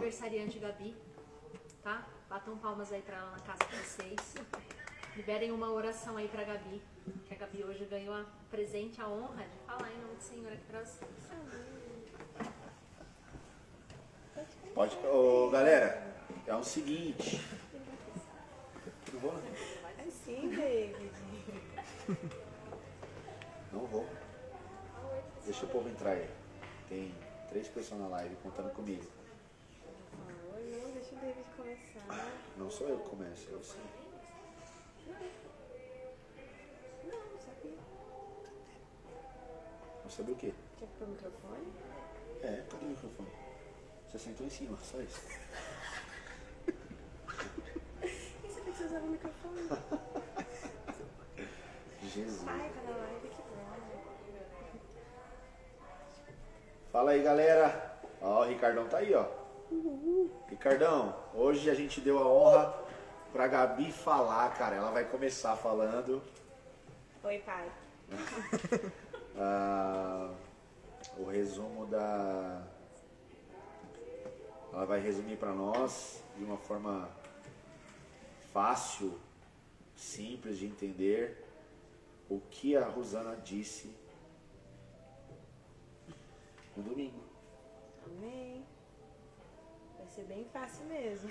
aniversariante Gabi, tá? Batam palmas aí pra ela na casa de vocês. Liberem uma oração aí pra Gabi, que a Gabi hoje ganhou a presente, a honra de falar em nome do Senhor aqui pra vocês. Pode, galera, é o seguinte. Não vou, não. É sim, David. Não vou. Deixa o povo entrar aí. Tem 3 pessoas na live contando comigo. Não, deixa o David começar. Não sou eu que começo, eu sim. Não sabia. Não sabe o quê? Quer pôr o microfone? É, cadê o microfone? Você sentou em cima, só isso. E você precisa usar o microfone? Jesus. Ai, tá na live, que bom. Fala aí, galera. Ó, o Ricardão tá aí, ó. Ricardão, hoje a gente deu a honra pra Gabi falar, cara. Ela vai começar falando. Oi, pai. O resumo da... Ela vai resumir pra nós de uma forma fácil, simples de entender o que a Rosana disse no domingo. Amém. Vai ser bem fácil mesmo.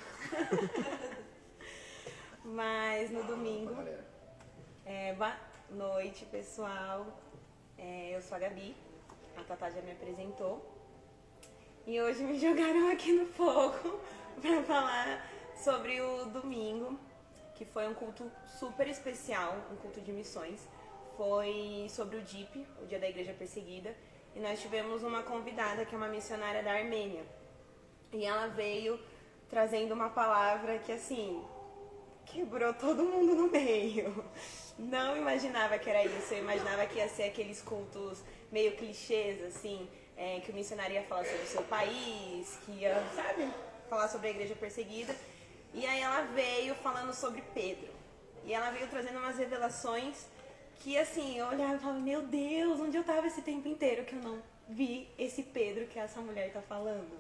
Mas no domingo... Galera. Boa noite, pessoal. Eu sou a Gabi. A Tatá já me apresentou. E hoje me jogaram aqui no fogo para falar sobre o domingo, que foi um culto super especial, um culto de missões. Foi sobre o DIP, o Dia da Igreja Perseguida, e nós tivemos uma convidada que é uma missionária da Armênia. E ela veio trazendo uma palavra que, assim, quebrou todo mundo no meio. Não imaginava que era isso, eu imaginava que ia ser aqueles cultos meio clichês, assim, que o missionário ia falar sobre o seu país, que ia, sabe, falar sobre a igreja perseguida. E aí ela veio falando sobre Pedro. E ela veio trazendo umas revelações que, assim, eu olhava e falava, meu Deus, onde eu estava esse tempo inteiro que eu não vi esse Pedro que essa mulher está falando?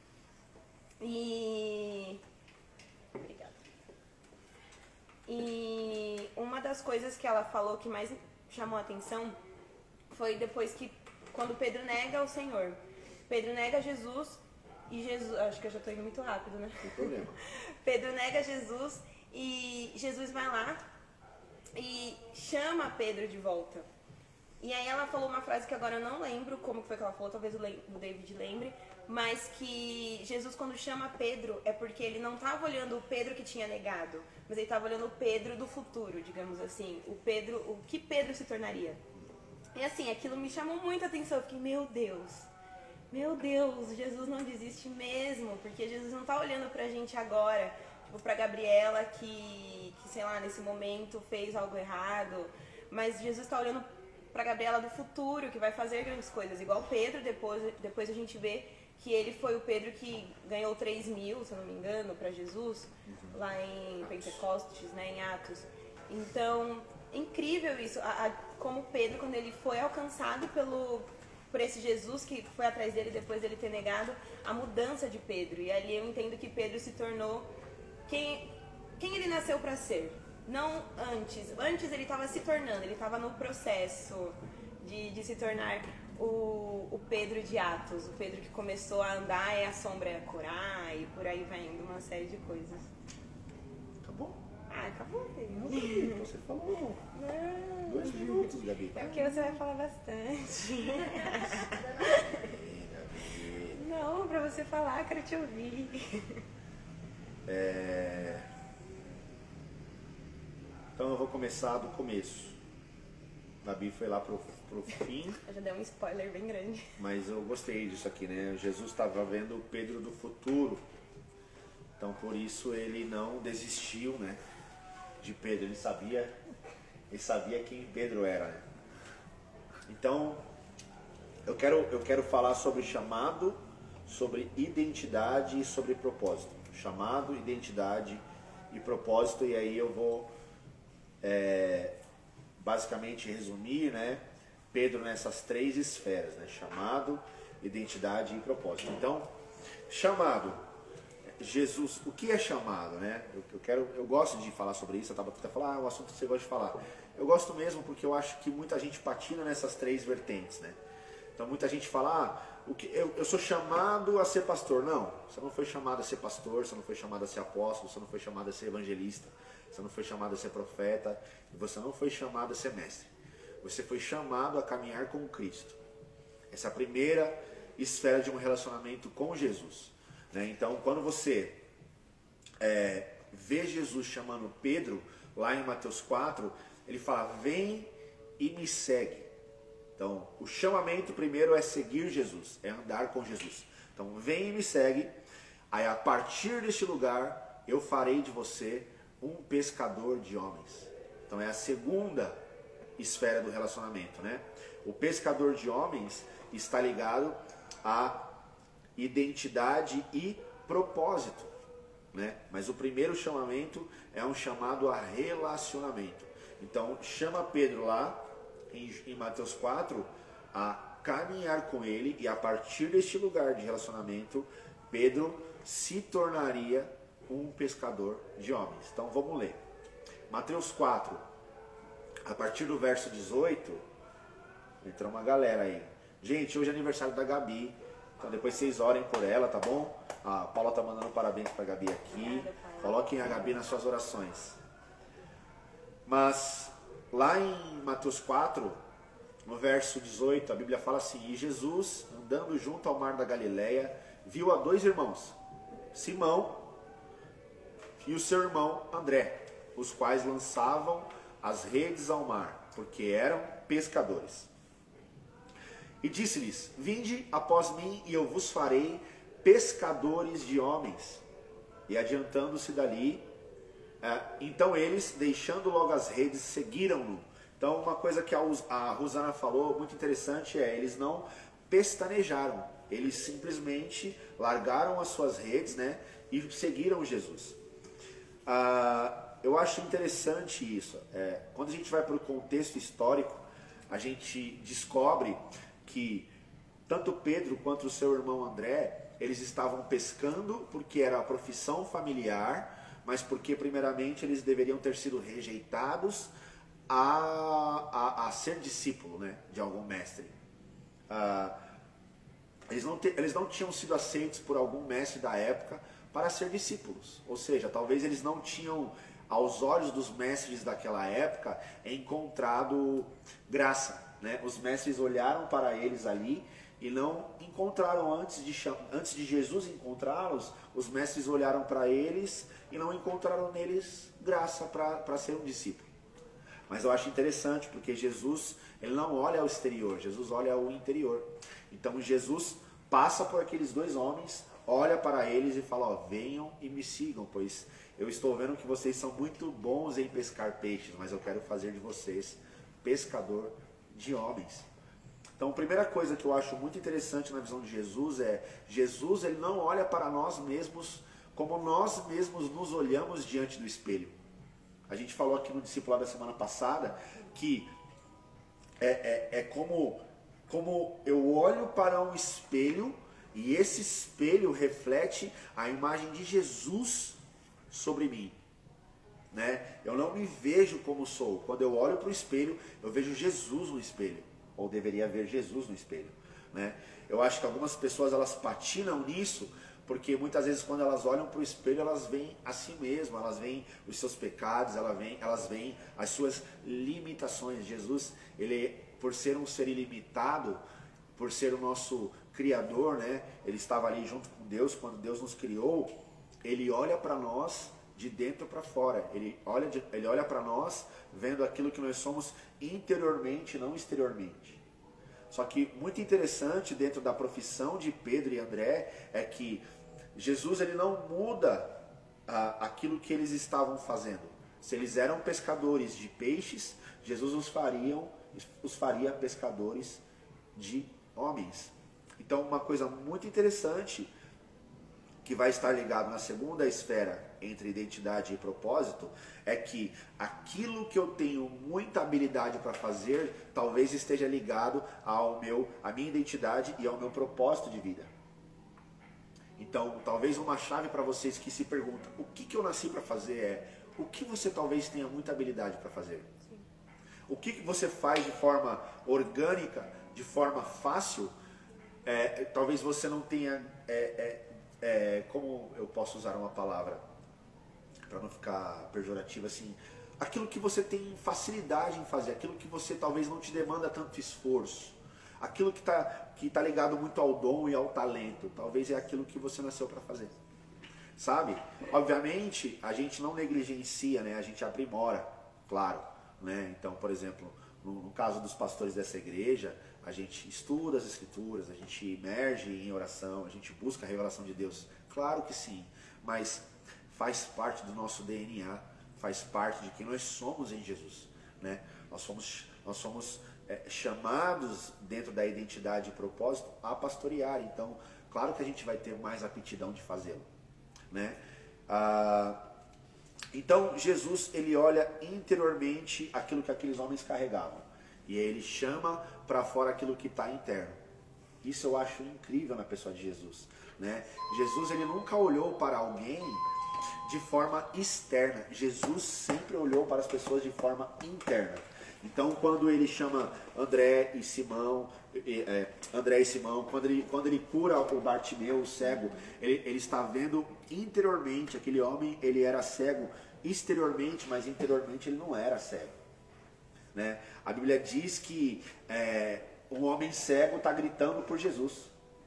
Obrigada. E uma das coisas que ela falou que mais chamou a atenção foi depois que, quando Pedro nega o Senhor. Pedro nega Jesus e Jesus... Acho que eu já estou indo muito rápido, né? Não tem problema. Pedro nega Jesus e Jesus vai lá e chama Pedro de volta. E aí ela falou uma frase que agora eu não lembro como foi que ela falou, talvez o David lembre, mas que Jesus, quando chama Pedro, é porque ele não estava olhando o Pedro que tinha negado, mas ele estava olhando o Pedro do futuro, digamos assim, o que Pedro se tornaria. E assim, aquilo me chamou muita atenção, eu fiquei, meu Deus, Jesus não desiste mesmo, porque Jesus não está olhando pra gente agora, tipo, pra Gabriela que, sei lá, nesse momento fez algo errado, mas Jesus está olhando pra Gabriela do futuro, que vai fazer grandes coisas, igual Pedro, depois a gente vê que ele foi o Pedro que ganhou 3.000, se eu não me engano, para Jesus, lá em Pentecostes, né, em Atos. Então, incrível isso, como Pedro, quando ele foi alcançado por esse Jesus que foi atrás dele depois dele ter negado, a mudança de Pedro. E ali eu entendo que Pedro se tornou quem ele nasceu para ser. Não antes. Antes ele estava se tornando, ele estava no processo de se tornar o Pedro de Atos, o Pedro que começou a andar e a sombra ia curar e por aí vai indo uma série de coisas. Acabou? Acabou, Pedro. Não, Gabi, você falou 2 minutos, Gabi. É porque você vai falar bastante. Gabi. Não, pra você falar, quero te ouvir. Então eu vou começar do começo. Gabi foi lá pro fim. Eu já dei um spoiler bem grande. Mas eu gostei disso aqui, né? Jesus estava vendo o Pedro do futuro. Então por isso ele não desistiu, né? De Pedro. Ele sabia quem Pedro era, né? Então eu quero falar sobre chamado, sobre identidade e sobre propósito. Chamado, identidade e propósito. E aí eu vou basicamente resumir, né? Pedro nessas 3 esferas, né? Chamado, identidade e propósito. Então, chamado. Jesus, o que é chamado, né? Eu gosto de falar sobre isso, a Tabata até falar, o assunto que você gosta de falar. Eu gosto mesmo porque eu acho que muita gente patina nessas três vertentes, né? Então muita gente fala, eu sou chamado a ser pastor. Não, você não foi chamado a ser pastor, você não foi chamado a ser apóstolo, você não foi chamado a ser evangelista, você não foi chamado a ser profeta, e você não foi chamado a ser mestre. Você foi chamado a caminhar com Cristo. Essa é a primeira esfera de um relacionamento com Jesus, né? Então, quando você vê Jesus chamando Pedro, lá em Mateus 4, ele fala, vem e me segue. Então, o chamamento primeiro é seguir Jesus, é andar com Jesus. Então, vem e me segue, aí a partir deste lugar, eu farei de você um pescador de homens. Então, é a segunda esfera do relacionamento, né? O pescador de homens está ligado a identidade e propósito, né? Mas o primeiro chamamento é um chamado a relacionamento. Então chama Pedro lá em Mateus 4 a caminhar com ele, e a partir deste lugar de relacionamento Pedro se tornaria um pescador de homens. Então vamos ler Mateus 4 a partir do verso 18. Entrou uma galera aí. Gente, hoje é aniversário da Gabi, então depois vocês orem por ela, tá bom? A Paula tá mandando parabéns pra Gabi aqui. Coloquem a Gabi nas suas orações. Mas lá em Mateus 4, no verso 18, a Bíblia fala assim: e Jesus, andando junto ao mar da Galileia, viu a dois irmãos, Simão e o seu irmão André, os quais lançavam as redes ao mar, porque eram pescadores. E disse-lhes: vinde após mim, e eu vos farei pescadores de homens. E adiantando-se dali, então eles, deixando logo as redes, seguiram-no. Então uma coisa que a Rosana falou, muito interessante, eles não pestanejaram, eles simplesmente largaram as suas redes, né, e seguiram Jesus. Eu acho interessante isso. Quando a gente vai para o contexto histórico, a gente descobre que tanto Pedro quanto o seu irmão André, eles estavam pescando porque era a profissão familiar, mas porque primeiramente eles deveriam ter sido rejeitados a ser discípulo, né, de algum mestre. Eles não tinham sido aceitos por algum mestre da época para ser discípulos. Ou seja, talvez eles não tinham, aos olhos dos mestres daquela época, encontrado graça, né? Os mestres olharam para eles ali e não encontraram, antes de Jesus encontrá-los, os mestres olharam para eles e não encontraram neles graça para ser um discípulo. Mas eu acho interessante, porque Jesus, ele não olha ao exterior, Jesus olha ao interior. Então Jesus passa por aqueles dois homens, olha para eles e fala: ó, venham e me sigam, pois eu estou vendo que vocês são muito bons em pescar peixes, mas eu quero fazer de vocês pescador de homens. Então a primeira coisa que eu acho muito interessante na visão de Jesus é: Jesus, ele não olha para nós mesmos como nós mesmos nos olhamos diante do espelho. A gente falou aqui no discipulado da semana passada que como eu olho para um espelho e esse espelho reflete a imagem de Jesus sobre mim, né? Eu não me vejo como sou. Quando eu olho para o espelho, eu vejo Jesus no espelho, ou deveria ver Jesus no espelho, né? Eu acho que algumas pessoas, elas patinam nisso, porque muitas vezes quando elas olham para o espelho, elas veem a si mesmas, elas veem os seus pecados, elas veem as suas limitações. Jesus, ele, por ser um ser ilimitado, por ser o nosso Criador, né? Ele estava ali junto com Deus quando Deus nos criou. Ele olha para nós de dentro para fora. Ele olha para nós vendo aquilo que nós somos interiormente, não exteriormente. Só que muito interessante dentro da profissão de Pedro e André é que Jesus, ele não muda aquilo que eles estavam fazendo. Se eles eram pescadores de peixes, Jesus os faria pescadores de homens. Então uma coisa muito interessante que vai estar ligado na segunda esfera entre identidade e propósito é que aquilo que eu tenho muita habilidade para fazer talvez esteja ligado à minha identidade e ao meu propósito de vida. Então, talvez uma chave para vocês que se perguntam, o que eu nasci para fazer é, o que você talvez tenha muita habilidade para fazer? Sim. O que você faz de forma orgânica, de forma fácil, talvez você não tenha, como eu posso usar uma palavra, para não ficar pejorativo assim, aquilo que você tem facilidade em fazer, aquilo que você talvez não te demanda tanto esforço, aquilo que tá ligado muito ao dom e ao talento, talvez é aquilo que você nasceu para fazer, sabe? Obviamente, a gente não negligencia, né? A gente aprimora, claro, né? Então, por exemplo, no caso dos pastores dessa igreja, a gente estuda as escrituras, a gente emerge em oração, a gente busca a revelação de Deus, claro que sim, mas faz parte do nosso DNA, faz parte de quem nós somos em Jesus, né? Nós somos chamados dentro da identidade e propósito a pastorear, então claro que a gente vai ter mais aptidão de fazê-lo, né? Então Jesus, ele olha interiormente aquilo que aqueles homens carregavam e ele chama para fora aquilo que está interno. Isso eu acho incrível na pessoa de Jesus, né? Jesus, ele nunca olhou para alguém de forma externa. Jesus sempre olhou para as pessoas de forma interna. Então, quando ele chama André e Simão, quando ele cura o Bartimeu, o cego, ele está vendo interiormente. Aquele homem, ele era cego exteriormente, mas interiormente ele não era cego, né? A Bíblia diz que um homem cego está gritando por Jesus.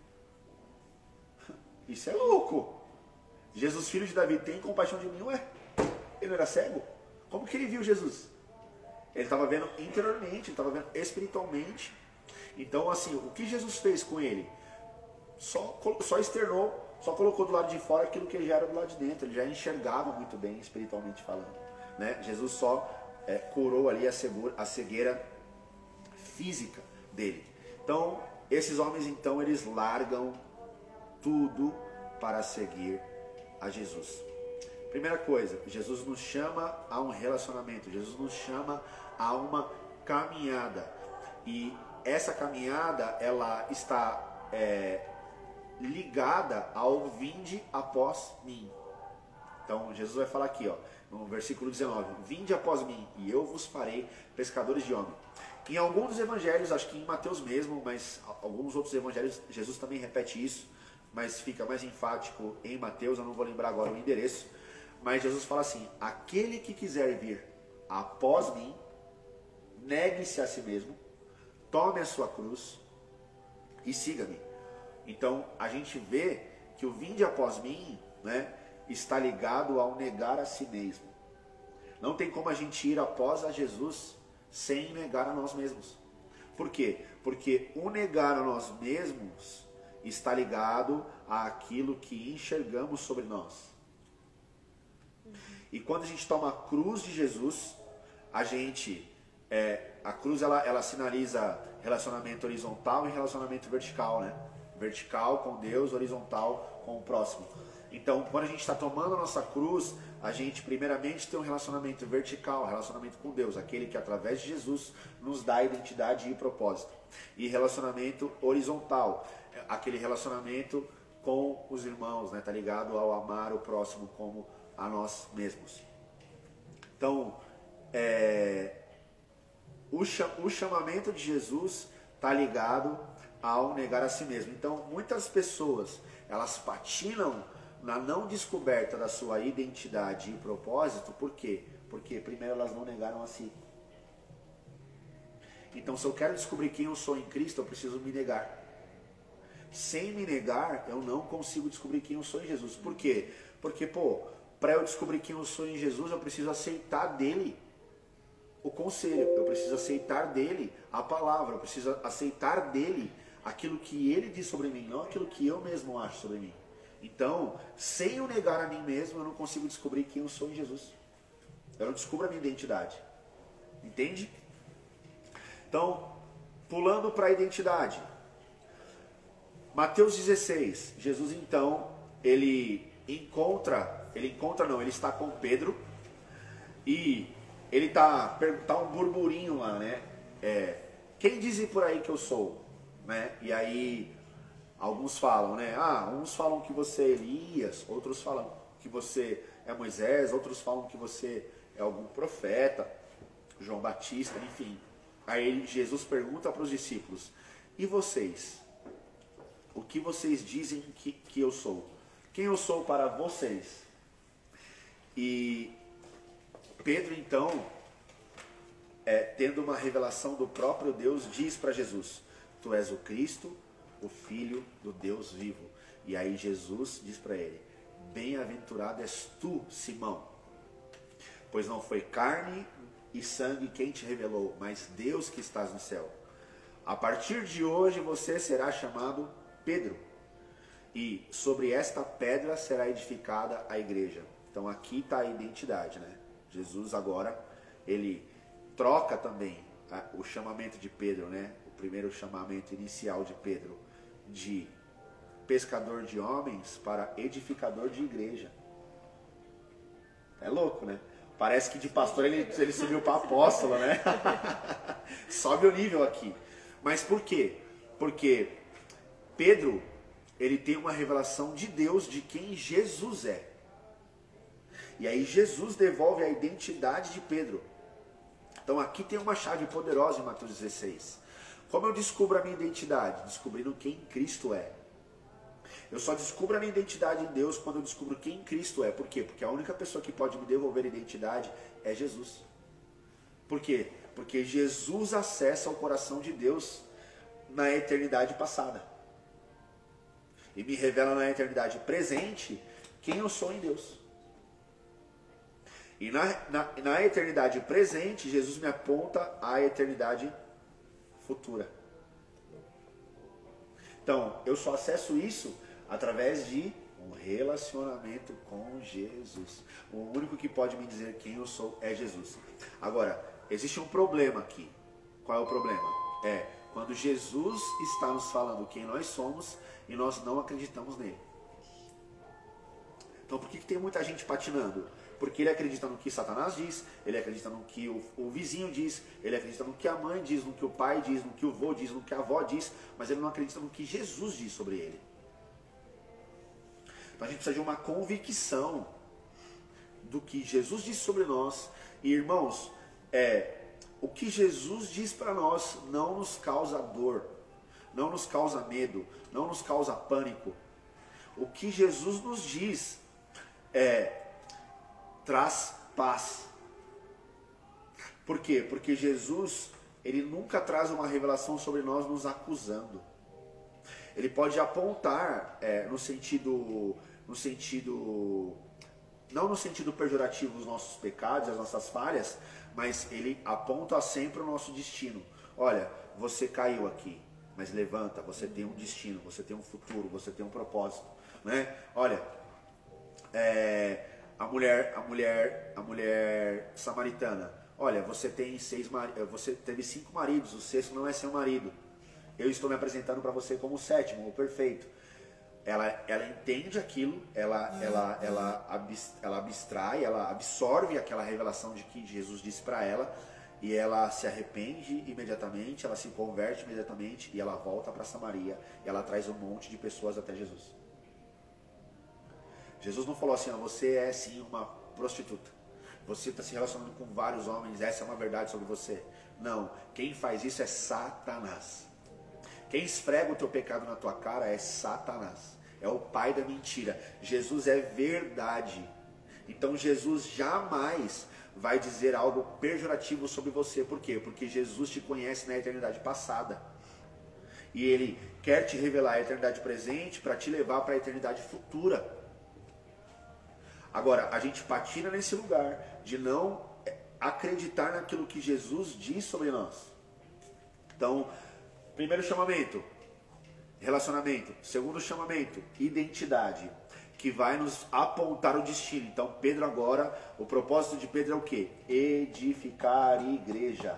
Isso é louco. Jesus, filho de Davi, tem compaixão de mim? Ué, ele não era cego? Como que ele viu Jesus? Ele estava vendo interiormente, ele estava vendo espiritualmente. Então, assim, o que Jesus fez com ele? Só externou, só colocou do lado de fora aquilo que ele já era do lado de dentro. Ele já enxergava muito bem, espiritualmente falando, né? Jesus só curou ali a cegueira física dele. Então, esses homens, então, eles largam tudo para seguir a Jesus. Primeira coisa, Jesus nos chama a um relacionamento, Jesus nos chama a uma caminhada. E essa caminhada, ela está ligada ao vinde após mim. Então Jesus vai falar aqui, ó, no versículo 19, vinde após mim e eu vos farei pescadores de homem. Em alguns dos evangelhos, acho que em Mateus mesmo, mas alguns outros evangelhos, Jesus também repete isso, mas fica mais enfático em Mateus, eu não vou lembrar agora o endereço, mas Jesus fala assim, aquele que quiser vir após mim, negue-se a si mesmo, tome a sua cruz e siga-me. Então a gente vê que o vinde após mim, né, está ligado ao negar a si mesmo. Não tem como a gente ir após a Jesus sem negar a nós mesmos. Por quê? Porque o negar a nós mesmos está ligado àquilo que enxergamos sobre nós. E quando a gente toma a cruz de Jesus, a cruz ela sinaliza relacionamento horizontal e relacionamento vertical, né? Vertical com Deus, horizontal com o próximo. Então, quando a gente está tomando a nossa cruz, a gente primeiramente tem um relacionamento vertical, relacionamento com Deus, aquele que através de Jesus nos dá identidade e propósito. E relacionamento horizontal, aquele relacionamento com os irmãos, né? Tá ligado ao amar o próximo como a nós mesmos. Então, o chamamento de Jesus está ligado ao negar a si mesmo. Então, muitas pessoas, elas patinam na não descoberta da sua identidade e propósito. Por quê? Porque primeiro elas não negaram a si. Então, se eu quero descobrir quem eu sou em Cristo, eu preciso me negar. Sem me negar, eu não consigo descobrir quem eu sou em Jesus. Por quê? Porque, para eu descobrir quem eu sou em Jesus, eu preciso aceitar dele o conselho, eu preciso aceitar dele a palavra, eu preciso aceitar dele aquilo que ele diz sobre mim, não aquilo que eu mesmo acho sobre mim. Então, sem eu negar a mim mesmo, eu não consigo descobrir quem eu sou em Jesus. Eu não descubro a minha identidade. Entende? Então, pulando para a identidade. Mateus 16, Jesus então, ele está com Pedro e ele tá um burburinho lá, né? Quem diz por aí que eu sou? Né? E aí Alguns falam, né? Uns falam que você é Elias, outros falam que você é Moisés, outros falam que você é algum profeta, João Batista, enfim. Aí Jesus pergunta para os discípulos: e vocês? O que vocês dizem que eu sou? Quem eu sou para vocês? E Pedro, então, tendo uma revelação do próprio Deus, diz para Jesus: tu és o Cristo, o Filho do Deus vivo. E aí Jesus diz para ele: bem-aventurado és tu, Simão, pois não foi carne e sangue quem te revelou, mas Deus que estás no céu. A partir de hoje você será chamado Pedro, e sobre esta pedra será edificada a igreja. Então aqui está a identidade, né? Jesus agora, ele troca também o chamamento de Pedro, né? O primeiro chamamento inicial de Pedro, de pescador de homens para edificador de igreja. É louco, né? Parece que de pastor ele subiu para apóstolo, né? Sobe o nível aqui. Mas por quê? Porque Pedro, ele tem uma revelação de Deus de quem Jesus é. E aí Jesus devolve a identidade de Pedro. Então aqui tem uma chave poderosa em Mateus 16. Como eu descubro a minha identidade? Descobrindo quem Cristo é. Eu só descubro a minha identidade em Deus quando eu descubro quem Cristo é. Por quê? Porque a única pessoa que pode me devolver a identidade é Jesus. Por quê? Porque Jesus acessa o coração de Deus na eternidade passada. E me revela na eternidade presente quem eu sou em Deus. E na eternidade presente, Jesus me aponta à eternidade futura. Então, eu só acesso isso através de um relacionamento com Jesus. O único que pode me dizer quem eu sou é Jesus. Agora, existe um problema aqui. Qual é o problema? É quando Jesus está nos falando quem nós somos e nós não acreditamos nele. Então, por que tem muita gente patinando? Porque ele acredita no que Satanás diz, ele acredita no que o vizinho diz, ele acredita no que a mãe diz, no que o pai diz, no que o vô diz, no que a avó diz, mas ele não acredita no que Jesus diz sobre ele. Então a gente precisa de uma convicção do que Jesus diz sobre nós. E irmãos, o que Jesus diz para nós não nos causa dor, não nos causa medo, não nos causa pânico. O que Jesus nos diz traz paz. Por quê? Porque Jesus, ele nunca traz uma revelação sobre nós nos acusando. Ele pode apontar não no sentido pejorativo os nossos pecados, as nossas falhas, mas ele aponta sempre o nosso destino. Olha, você caiu aqui, mas levanta, você tem um destino, você tem um futuro, você tem um propósito, né? Olha, a mulher samaritana, olha, você teve 5 maridos, o sexto não é seu marido. Eu estou me apresentando para você como o sétimo, o perfeito. Ela entende aquilo, ela abstrai, ela absorve aquela revelação de que Jesus disse para ela, e ela se arrepende imediatamente, ela se converte imediatamente, e ela volta para Samaria, e ela traz um monte de pessoas até Jesus. Jesus não falou assim: você é sim uma prostituta, você está se relacionando com vários homens, essa é uma verdade sobre você. Não, quem faz isso é Satanás. Quem esfrega o teu pecado na tua cara é Satanás, é o pai da mentira. Jesus é verdade. Então Jesus jamais vai dizer algo pejorativo sobre você. Por quê? Porque Jesus te conhece na eternidade passada, e Ele quer te revelar a eternidade presente para te levar para a eternidade futura. Agora, a gente patina nesse lugar de não acreditar naquilo que Jesus diz sobre nós. Então, primeiro chamamento, relacionamento. Segundo chamamento, identidade, que vai nos apontar o destino. Então, Pedro agora, o propósito de Pedro é o quê? Edificar igreja.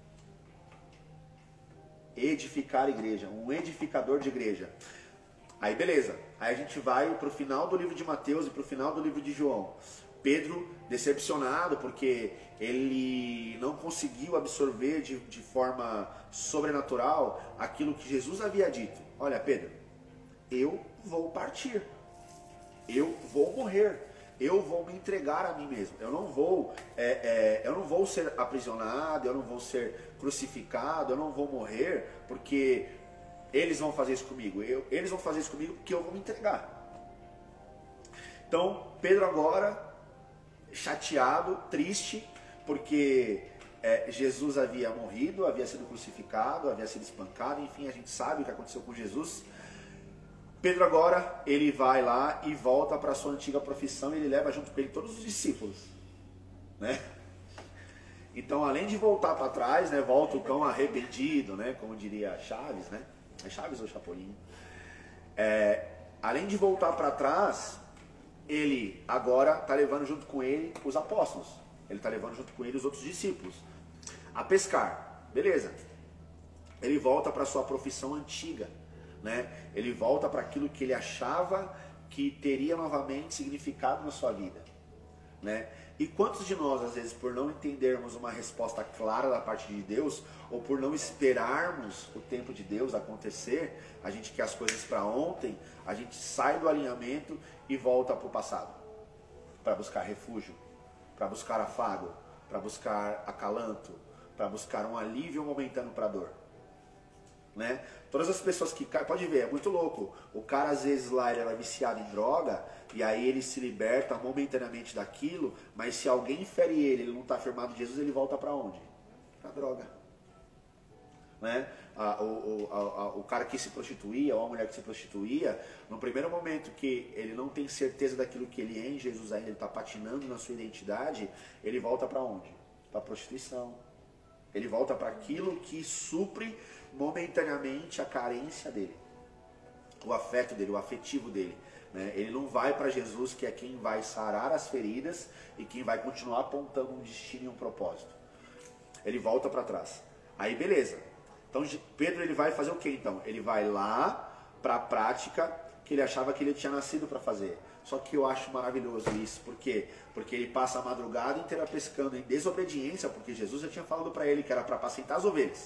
Edificar igreja, um edificador de igreja. Aí beleza, aí a gente vai para o final do livro de Mateus e para o final do livro de João. Pedro decepcionado porque ele não conseguiu absorver de forma sobrenatural aquilo que Jesus havia dito. Olha, Pedro, eu vou partir, eu vou morrer, eu vou me entregar a mim mesmo. Eu não vou ser aprisionado, eu não vou ser crucificado, eu não vou morrer porque eles vão fazer isso comigo. Eles vão fazer isso comigo porque eu vou me entregar. Então, Pedro agora, chateado, triste, porque Jesus havia morrido, havia sido crucificado, havia sido espancado, enfim, a gente sabe o que aconteceu com Jesus. Pedro agora, ele vai lá e volta para a sua antiga profissão e ele leva junto com ele todos os discípulos, né? Então, além de voltar para trás, né, volta o cão arrependido, né, como diria Chaves, né? É Chaves ou Chapolin? Além de voltar para trás, ele agora está levando junto com ele os apóstolos. Ele está levando junto com ele os outros discípulos a pescar. Beleza. Ele volta para a sua profissão antiga, né? Ele volta para aquilo que ele achava que teria novamente significado na sua vida, né? E quantos de nós, às vezes, por não entendermos uma resposta clara da parte de Deus, ou por não esperarmos o tempo de Deus acontecer, a gente quer as coisas para ontem, a gente sai do alinhamento e volta para o passado, para buscar refúgio, para buscar afago, para buscar acalanto, para buscar um alívio momentâneo para a dor, né? Todas as pessoas que caem, pode ver, é muito louco. O cara às vezes lá ele era viciado em droga e aí ele se liberta momentaneamente daquilo, mas se alguém fere ele não está firmado em Jesus, ele volta para onde? Para a droga, né? O cara que se prostituía, ou a mulher que se prostituía, no primeiro momento que ele não tem certeza daquilo que ele é em Jesus ainda, ele está patinando na sua identidade, ele volta para onde? Para a prostituição. Ele volta para aquilo que supre momentaneamente a carência dele, o afeto dele, o afetivo dele, né? Ele não vai para Jesus, que é quem vai sarar as feridas e quem vai continuar apontando um destino e um propósito. Ele volta para trás. Aí beleza. Então Pedro ele vai fazer o que então? Ele vai lá para a prática que ele achava que ele tinha nascido para fazer. Só que eu acho maravilhoso isso. Por quê? Porque ele passa a madrugada inteira pescando em desobediência, porque Jesus já tinha falado para ele que era para apacentar as ovelhas.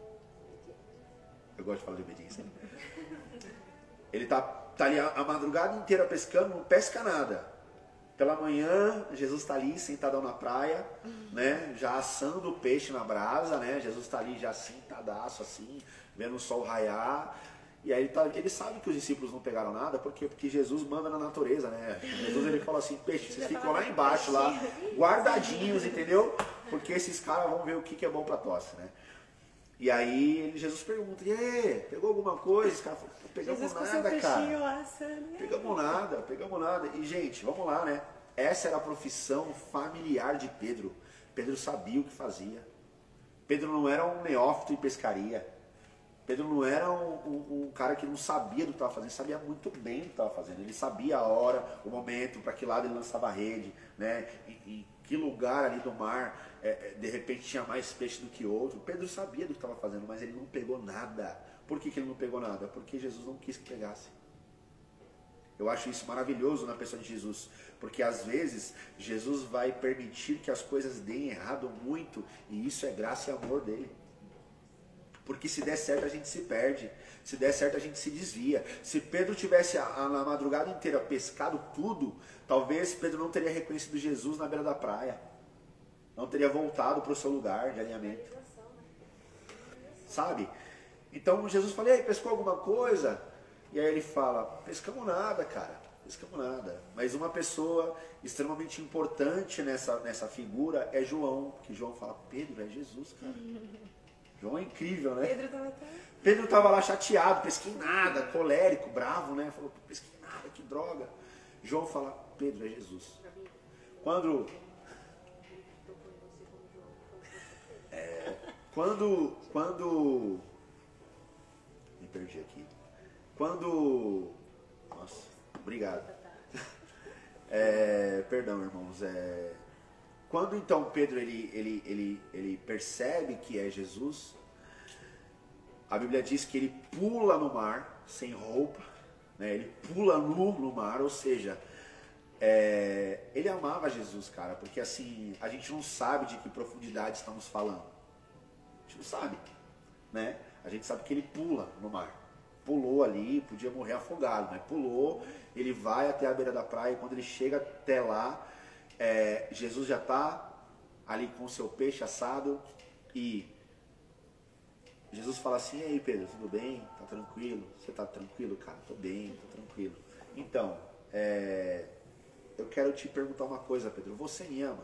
Eu gosto de falar de obediência. Ele tá ali a madrugada inteira pescando, não pesca nada. Pela manhã, Jesus está ali sentadão na praia, né, já assando o peixe na brasa, né? Jesus está ali já sentadaço assim, vendo o sol raiar. E aí ele sabe que os discípulos não pegaram nada, porque Jesus manda na natureza, né? Jesus ele fala assim, peixe, vocês ficam lá embaixo, lá, guardadinhos, entendeu? Porque esses caras vão ver o que é bom para tosse, né? E aí Jesus pergunta, e aí, pegou alguma coisa? Os caras falam, pegamos nada, cara. Pegamos nada. E gente, vamos lá, né? Essa era a profissão familiar de Pedro. Pedro sabia o que fazia. Pedro não era um neófito em pescaria. Pedro não era um cara que não sabia do que estava fazendo, sabia muito bem o que estava fazendo. Ele sabia a hora, o momento, para que lado ele lançava a rede, né? Em que lugar ali do mar, de repente tinha mais peixe do que outro. Pedro sabia do que estava fazendo, mas ele não pegou nada. Por que ele não pegou nada? Porque Jesus não quis que pegasse. Eu acho isso maravilhoso na pessoa de Jesus, porque às vezes Jesus vai permitir que as coisas deem errado muito, e isso é graça e amor dele. Porque se der certo a gente se perde, se der certo a gente se desvia. Se Pedro tivesse na madrugada inteira pescado tudo, talvez Pedro não teria reconhecido Jesus na beira da praia. Não teria voltado para o seu lugar de alinhamento. Sabe? Então Jesus fala, e aí, pescou alguma coisa? E aí ele fala, pescamos nada, cara. Pescamos nada. Mas uma pessoa extremamente importante nessa figura é João. Que João fala, Pedro, é Jesus, cara. João é incrível, né? Pedro estava lá chateado, pesquei nada, colérico, bravo, né? Falou, pesquei nada, que droga. João fala, Pedro, é Jesus. Quando me perdi aqui. Nossa, obrigado. Perdão, irmãos. Quando então Pedro ele percebe que é Jesus, a Bíblia diz que ele pula no mar sem roupa, né? Ele pula nu no mar, ou seja, ele amava Jesus, cara, porque assim, a gente não sabe de que profundidade estamos falando. A gente não sabe, né? A gente sabe que ele pula no mar. pulou ali, podia morrer afogado, mas pulou, ele vai até a beira da praia e quando ele chega até lá, Jesus já está ali com o seu peixe assado e Jesus fala assim, e aí Pedro, tudo bem? Tá tranquilo? Você tá tranquilo, cara? Tô bem, tô tranquilo. Então, eu quero te perguntar uma coisa, Pedro, você me ama?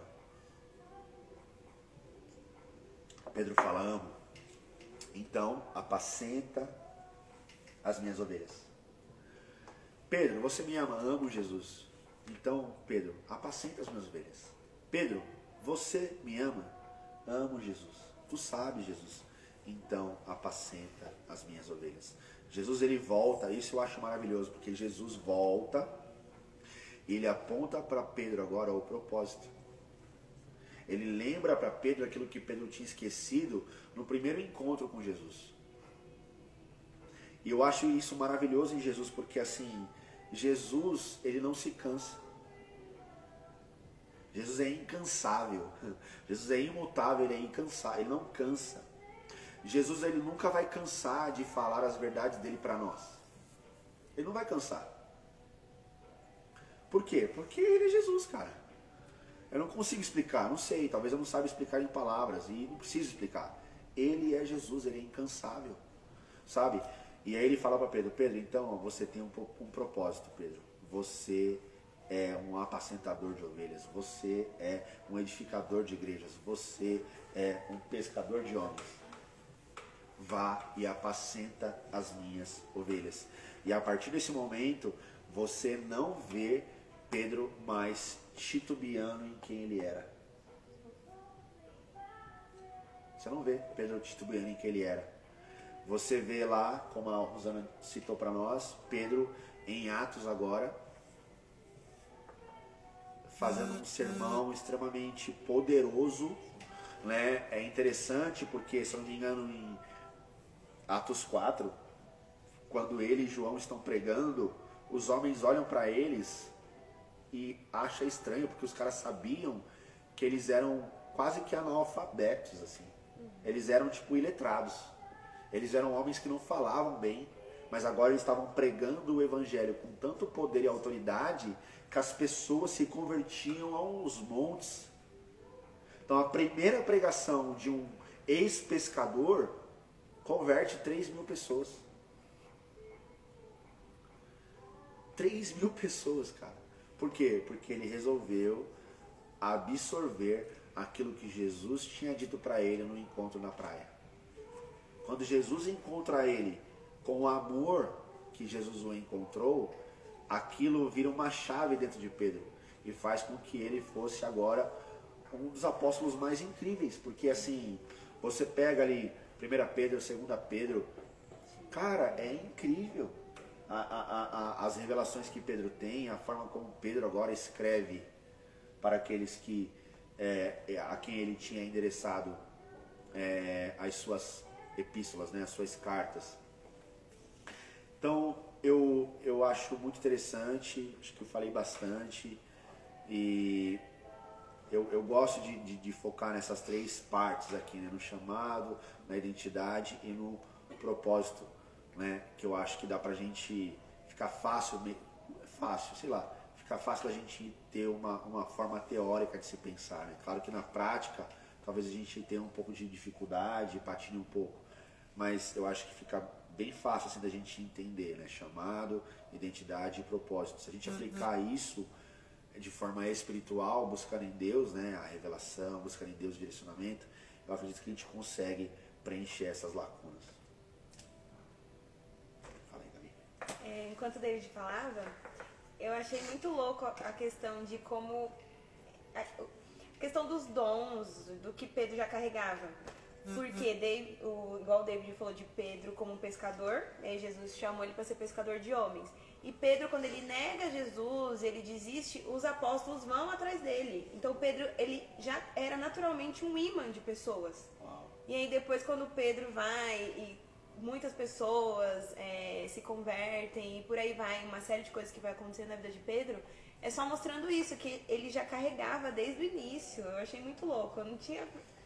Pedro fala, amo. Então, apacenta as minhas ovelhas. Pedro, você me ama? Amo Jesus. Então, Pedro, apacenta as minhas ovelhas. Pedro, você me ama? Amo Jesus. Tu sabes, Jesus. Então, apacenta as minhas ovelhas. Jesus, ele volta, isso eu acho maravilhoso, porque Jesus volta e ele aponta para Pedro agora o propósito. Ele lembra para Pedro aquilo que Pedro tinha esquecido no primeiro encontro com Jesus. E eu acho isso maravilhoso em Jesus, porque assim, Jesus, ele não se cansa. Jesus é incansável. Jesus é imutável, ele é incansável, ele não cansa. Jesus, ele nunca vai cansar de falar as verdades dele para nós. Ele não vai cansar. Por quê? Porque ele é Jesus, cara. Eu não consigo explicar, não sei, talvez eu não saiba explicar em palavras, e não preciso explicar. Ele é Jesus, ele é incansável, sabe? E aí ele fala para Pedro, Pedro, então você tem um propósito, Pedro. Você é um apacentador de ovelhas, você é um edificador de igrejas, você é um pescador de homens. Vá e apacenta as minhas ovelhas. E a partir desse momento, você não vê Pedro mais titubeando em quem ele era. Você não vê Pedro titubeando em quem ele era. Você vê lá, como a Rosana citou para nós, Pedro em Atos agora, fazendo um sermão extremamente poderoso, né? É interessante porque, se eu não me engano, em Atos 4, quando ele e João estão pregando, os homens olham para eles e acham estranho, porque os caras sabiam que eles eram quase que analfabetos, assim. Eles eram tipo iletrados. Eles eram homens que não falavam bem, mas agora eles estavam pregando o evangelho com tanto poder e autoridade que as pessoas se convertiam aos montes. Então a primeira pregação de um ex-pescador converte 3.000 pessoas. 3.000 pessoas, cara. Por quê? Porque ele resolveu absorver aquilo que Jesus tinha dito para ele no encontro na praia. Quando Jesus encontra ele com o amor que Jesus o encontrou, aquilo vira uma chave dentro de Pedro e faz com que ele fosse agora um dos apóstolos mais incríveis, porque assim, você pega ali 1 Pedro, 2 Pedro, cara, é incrível as revelações que Pedro tem, a forma como Pedro agora escreve para aqueles que a quem ele tinha endereçado as suas epístolas, né, as suas cartas. Então eu acho muito interessante, acho que eu falei bastante e eu gosto de focar nessas três partes aqui, né, no chamado, na identidade e no propósito, né, que eu acho que dá pra gente ficar fica fácil da gente ter uma forma teórica de se pensar, né? Claro que na prática talvez a gente tenha um pouco de dificuldade, patine um pouco, mas eu acho que fica bem fácil assim da gente entender, né? Chamado, identidade e propósito. Se a gente aplicar isso de forma espiritual, buscando em Deus, né, a revelação, buscando em Deus o direcionamento, eu acredito que a gente consegue preencher essas lacunas. Fala aí, Gabi. Enquanto o David falava, eu achei muito louco a questão de como... A questão dos dons, do que Pedro já carregava. Porque, igual o David falou de Pedro como um pescador, Jesus chamou ele para ser pescador de homens. E Pedro, quando ele nega Jesus, ele desiste, os apóstolos vão atrás dele. Então Pedro, ele já era naturalmente um imã de pessoas. Uau. E aí depois, quando Pedro vai e muitas pessoas se convertem e por aí vai, uma série de coisas que vai acontecer na vida de Pedro, é só mostrando isso, que ele já carregava desde o início. Eu achei muito louco, eu não tinha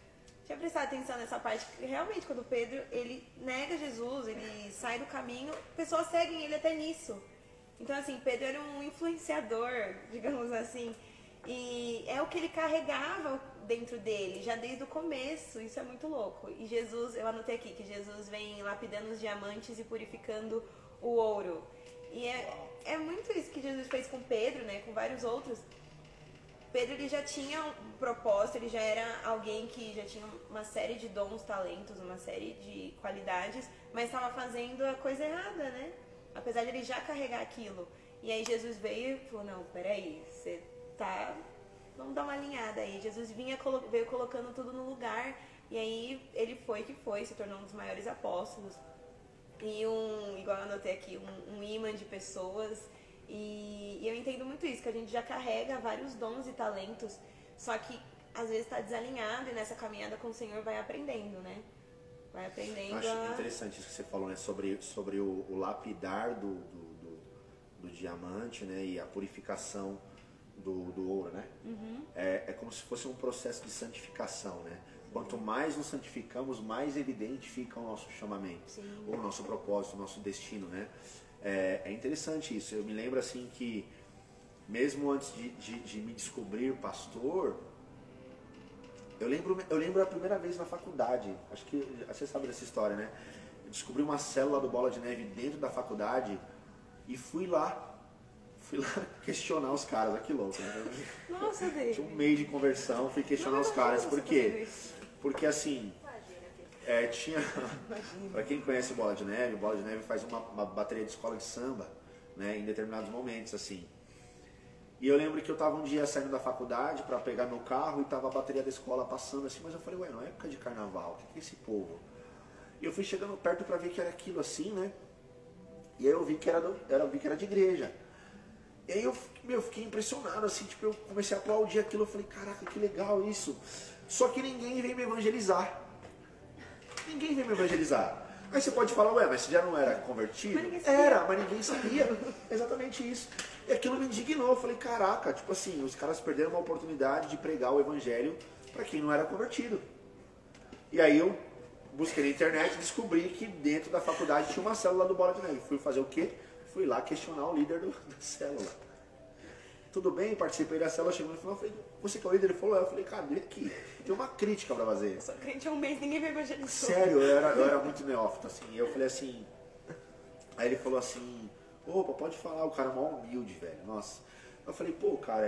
tinha prestado atenção nessa parte, que realmente quando Pedro, ele nega Jesus, ele sai do caminho, pessoas seguem ele até nisso. Então assim, Pedro era um influenciador, digamos assim, e é o que ele carregava dentro dele, já desde o começo, isso é muito louco. E Jesus, eu anotei aqui, que Jesus vem lapidando os diamantes e purificando o ouro. E é muito isso que Jesus fez com Pedro, né, com vários outros. Pedro, ele já tinha um propósito, ele já era alguém que já tinha uma série de dons, talentos, uma série de qualidades, mas estava fazendo a coisa errada, né? Apesar de ele já carregar aquilo. E aí Jesus veio e falou, não, peraí, você tá... Vamos dar uma alinhada aí. Jesus veio colocando tudo no lugar, e aí ele foi que foi, se tornou um dos maiores apóstolos. E igual eu anotei aqui, um imã de pessoas. E eu entendo muito isso, que a gente já carrega vários dons e talentos, só que às vezes está desalinhado e nessa caminhada com o Senhor vai aprendendo, né? Vai aprendendo. Acho interessante isso que você falou, né? Sobre o lapidar do diamante, né? E a purificação do ouro, né? Uhum. É como se fosse um processo de santificação, né? Quanto mais nos santificamos, mais evidente fica o nosso chamamento, o nosso propósito, o nosso destino, né? É interessante isso. Eu me lembro assim que, mesmo antes de me descobrir pastor, eu lembro a primeira vez na faculdade. Acho que você sabe dessa história, né? Eu descobri uma célula do Bola de Neve dentro da faculdade e fui lá questionar os caras. Olha que louco, né? Nossa, Deus. Tinha um mês de conversão, fui questionar os caras. Por quê? Porque assim... tinha, para quem conhece o Bola de Neve faz uma bateria de escola de samba, né, em determinados momentos, assim. E eu lembro que eu tava um dia saindo da faculdade para pegar meu carro e tava a bateria da escola passando assim, mas eu falei, ué, não é época de carnaval, o que é esse povo? E eu fui chegando perto para ver que era aquilo assim, né, e aí eu vi que era de igreja. E aí eu fiquei impressionado, assim, tipo, eu comecei a aplaudir aquilo, eu falei, caraca, que legal isso. Só que ninguém veio me evangelizar. Ninguém veio me evangelizar. Aí você pode falar, ué, mas você já não era convertido? Mas ninguém sabia. Exatamente isso. E aquilo me indignou. Eu falei, caraca, tipo assim, os caras perderam uma oportunidade de pregar o evangelho para quem não era convertido. E aí eu busquei na internet e descobri que dentro da faculdade tinha uma célula do Bola de Neve. Fui fazer o quê? Fui lá questionar o líder da célula. Tudo bem, participei da célula, chegou no final, eu falei, você que é o líder? Ele falou, eu falei, cadê aqui? Tem uma crítica pra fazer. Eu sou crente há um mês, ninguém me evangelizou. Sério, eu era muito neófito, assim. E eu falei assim, aí ele falou assim, opa, pode falar, o cara é mó humilde, velho, nossa. Eu falei, pô, cara,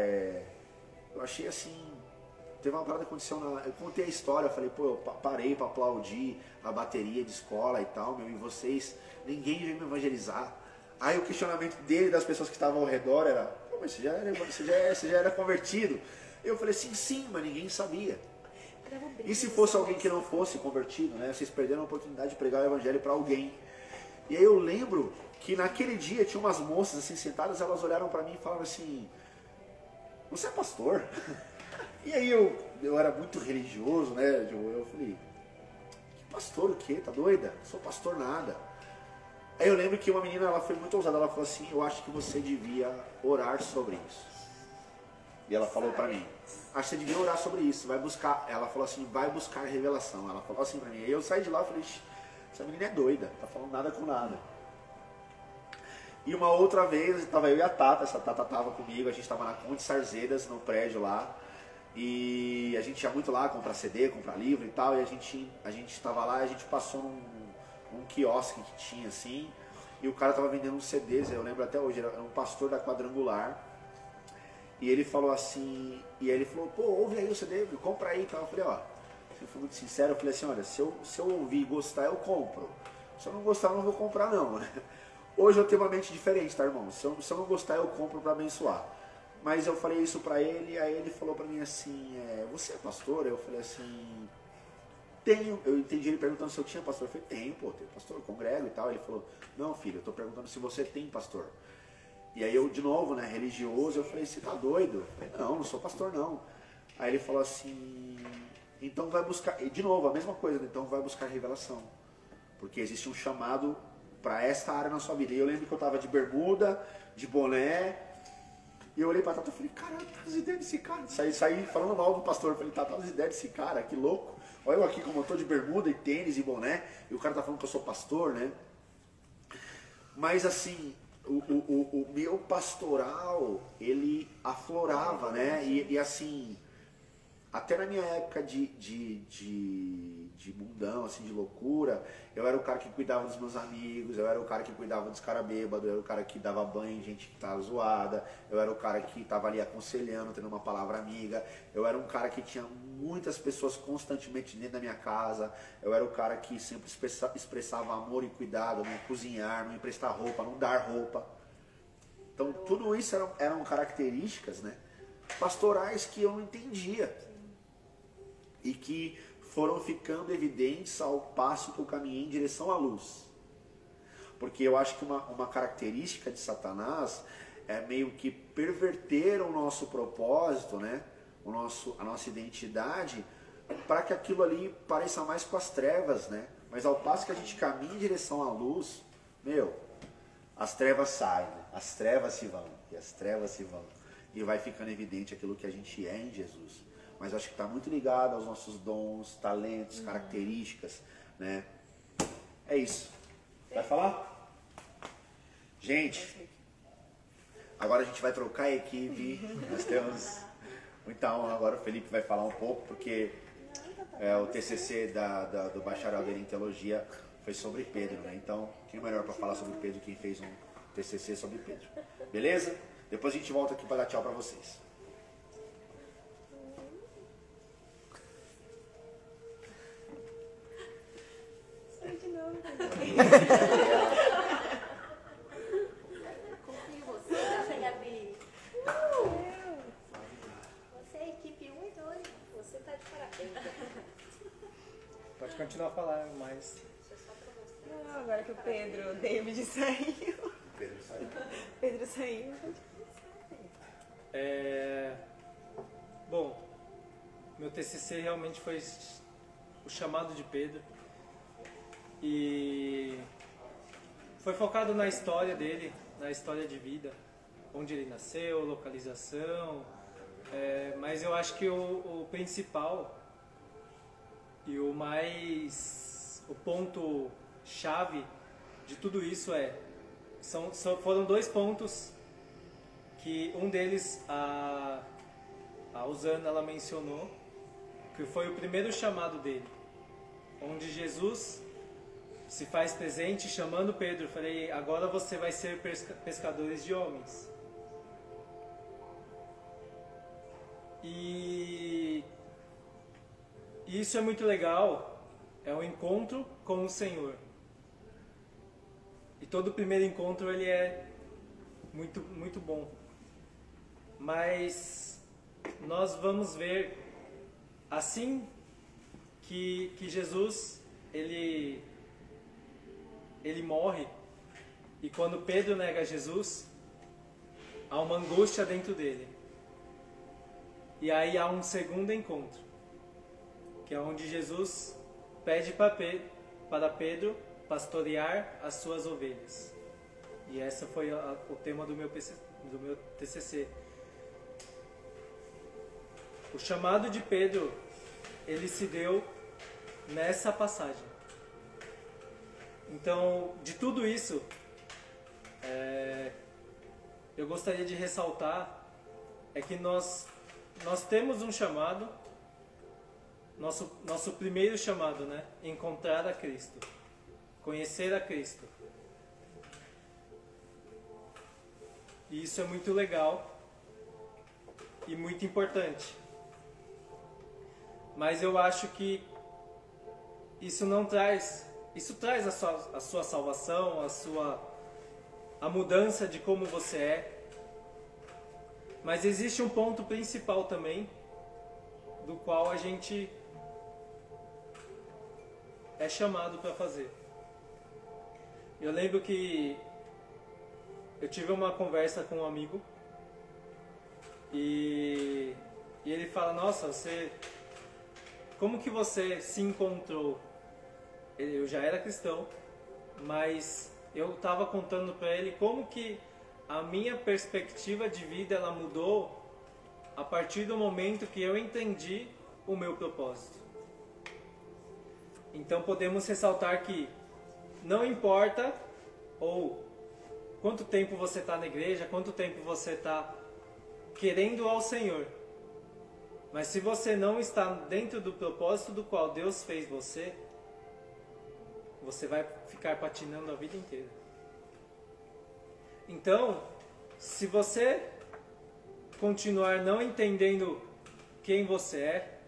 eu achei assim, teve uma parada que aconteceu eu contei a história, eu falei, pô, eu parei pra aplaudir a bateria de escola e tal, meu, e vocês, ninguém veio me evangelizar. Aí o questionamento dele, das pessoas que estavam ao redor era, pô, mas você já era convertido? Eu falei, sim, mas ninguém sabia. E se fosse alguém que não fosse convertido, né? Vocês perderam a oportunidade de pregar o evangelho para alguém. E aí eu lembro que naquele dia tinha umas moças assim sentadas, elas olharam para mim e falaram assim, você é pastor? E aí eu era muito religioso, né? Eu falei, que pastor o quê? Tá doida? Não sou pastor nada. Aí eu lembro que uma menina, ela foi muito ousada, ela falou assim, eu acho que você devia orar sobre isso. E ela falou pra mim, acho que você devia orar sobre isso, vai buscar, ela falou assim, vai buscar revelação. Ela falou assim pra mim, aí eu saí de lá e falei, essa menina é doida, tá falando nada com nada. E uma outra vez, tava eu e a Tata, essa Tata tava comigo, a gente tava na Conde Sarzedas, no prédio lá, e a gente ia muito lá comprar CD, comprar livro e tal, e a gente tava lá, e a gente passou num quiosque que tinha assim, e o cara tava vendendo uns CDs, eu lembro até hoje, era um pastor da Quadrangular, e ele falou assim, e aí ele falou, pô, ouve aí o CD, compra aí e tal. Eu falei, ó, eu fui muito sincero, eu falei assim, olha, se eu ouvir e gostar, eu compro. Se eu não gostar, eu não vou comprar não. Hoje eu tenho uma mente diferente, tá, irmão? Se eu não gostar, eu compro pra abençoar. Mas eu falei isso pra ele, aí ele falou pra mim assim, você é pastor? Eu falei assim, tenho. Eu entendi ele perguntando se eu tinha pastor. Eu falei, tenho pastor, eu congrego e tal. Ele falou, não, filho, eu tô perguntando se você tem pastor. E aí eu, de novo, né, religioso, eu falei, você tá doido? Eu falei, não sou pastor não. Aí ele falou assim, então vai buscar, e de novo, a mesma coisa, então vai buscar revelação. Porque existe um chamado para esta área na sua vida. E eu lembro que eu tava de bermuda, de boné, e eu olhei pra Tata e falei, caralho, tá as ideias desse cara. Saí falando mal do pastor, eu falei, tá as ideias desse cara, que louco. Olha eu aqui como eu tô de bermuda e tênis e boné, e o cara tá falando que eu sou pastor, né? Mas assim, o meu pastoral, ele aflorava, né? E assim, até na minha época de mundão, assim, de loucura, eu era o cara que cuidava dos meus amigos, eu era o cara que cuidava dos caras bêbados, eu era o cara que dava banho em gente que tava zoada, eu era o cara que tava ali aconselhando, tendo uma palavra amiga, eu era um cara que tinha muitas pessoas constantemente dentro da minha casa, eu era o cara que sempre expressava amor e cuidado, não cozinhar, não emprestar roupa, não dar roupa. Então tudo isso eram características, né, pastorais que eu não entendia e que foram ficando evidentes ao passo que eu caminhei em direção à luz. Porque eu acho que uma característica de Satanás é meio que perverter o nosso propósito, né, a nossa identidade, para que aquilo ali pareça mais com as trevas, né? Mas ao passo que a gente caminha em direção à luz, as trevas saem, né? As trevas se vão, e as trevas se vão. E vai ficando evidente aquilo que a gente é em Jesus. Mas acho que está muito ligado aos nossos dons, talentos, características, né? É isso. Vai falar? Gente, agora a gente vai trocar a equipe. Nós temos... Então, agora o Felipe vai falar um pouco, porque o TCC do bacharel dele em teologia foi sobre Pedro, né? Então, quem é melhor para falar sobre Pedro, quem fez um TCC sobre Pedro. Beleza? Depois a gente volta aqui para dar tchau para vocês. De novo. Confio em você, Gabi. Você é a equipe 1 e 2. Você tá de parabéns. Pode continuar a falar, mas... Isso é só pra mostrar. Não, agora que o David saiu. Pedro saiu. Pedro saiu. Bom, meu TCC realmente foi o chamado de Pedro. E foi focado na história dele, na história de vida, onde ele nasceu, localização, mas eu acho que o principal e o ponto chave de tudo isso foram dois pontos que um deles a Usana ela mencionou, que foi o primeiro chamado dele, onde Jesus se faz presente chamando Pedro. Falei, agora você vai ser pescadores de homens. E isso é muito legal, é um encontro com o Senhor. E todo primeiro encontro ele é muito, muito bom. Mas nós vamos ver, assim que Jesus ele morre, e quando Pedro nega Jesus, há uma angústia dentro dele. E aí há um segundo encontro, que é onde Jesus pede para Pedro pastorear as suas ovelhas. E esse foi o tema do meu TCC. O chamado de Pedro, ele se deu nessa passagem. Então, de tudo isso, eu gostaria de ressaltar que nós temos um chamado, nosso primeiro chamado, né? Encontrar a Cristo, conhecer a Cristo. E isso é muito legal e muito importante. Mas eu acho que isso traz a sua salvação, a mudança de como você é. Mas existe um ponto principal também, do qual a gente é chamado para fazer. Eu lembro que eu tive uma conversa com um amigo e ele fala, nossa, como que você se encontrou? Eu já era cristão, mas eu estava contando para ele como que a minha perspectiva de vida ela mudou a partir do momento que eu entendi o meu propósito. Então podemos ressaltar que não importa ou quanto tempo você está na igreja, quanto tempo você está querendo ao Senhor, mas se você não está dentro do propósito do qual Deus fez você, você vai ficar patinando a vida inteira. Então, se você continuar não entendendo quem você é,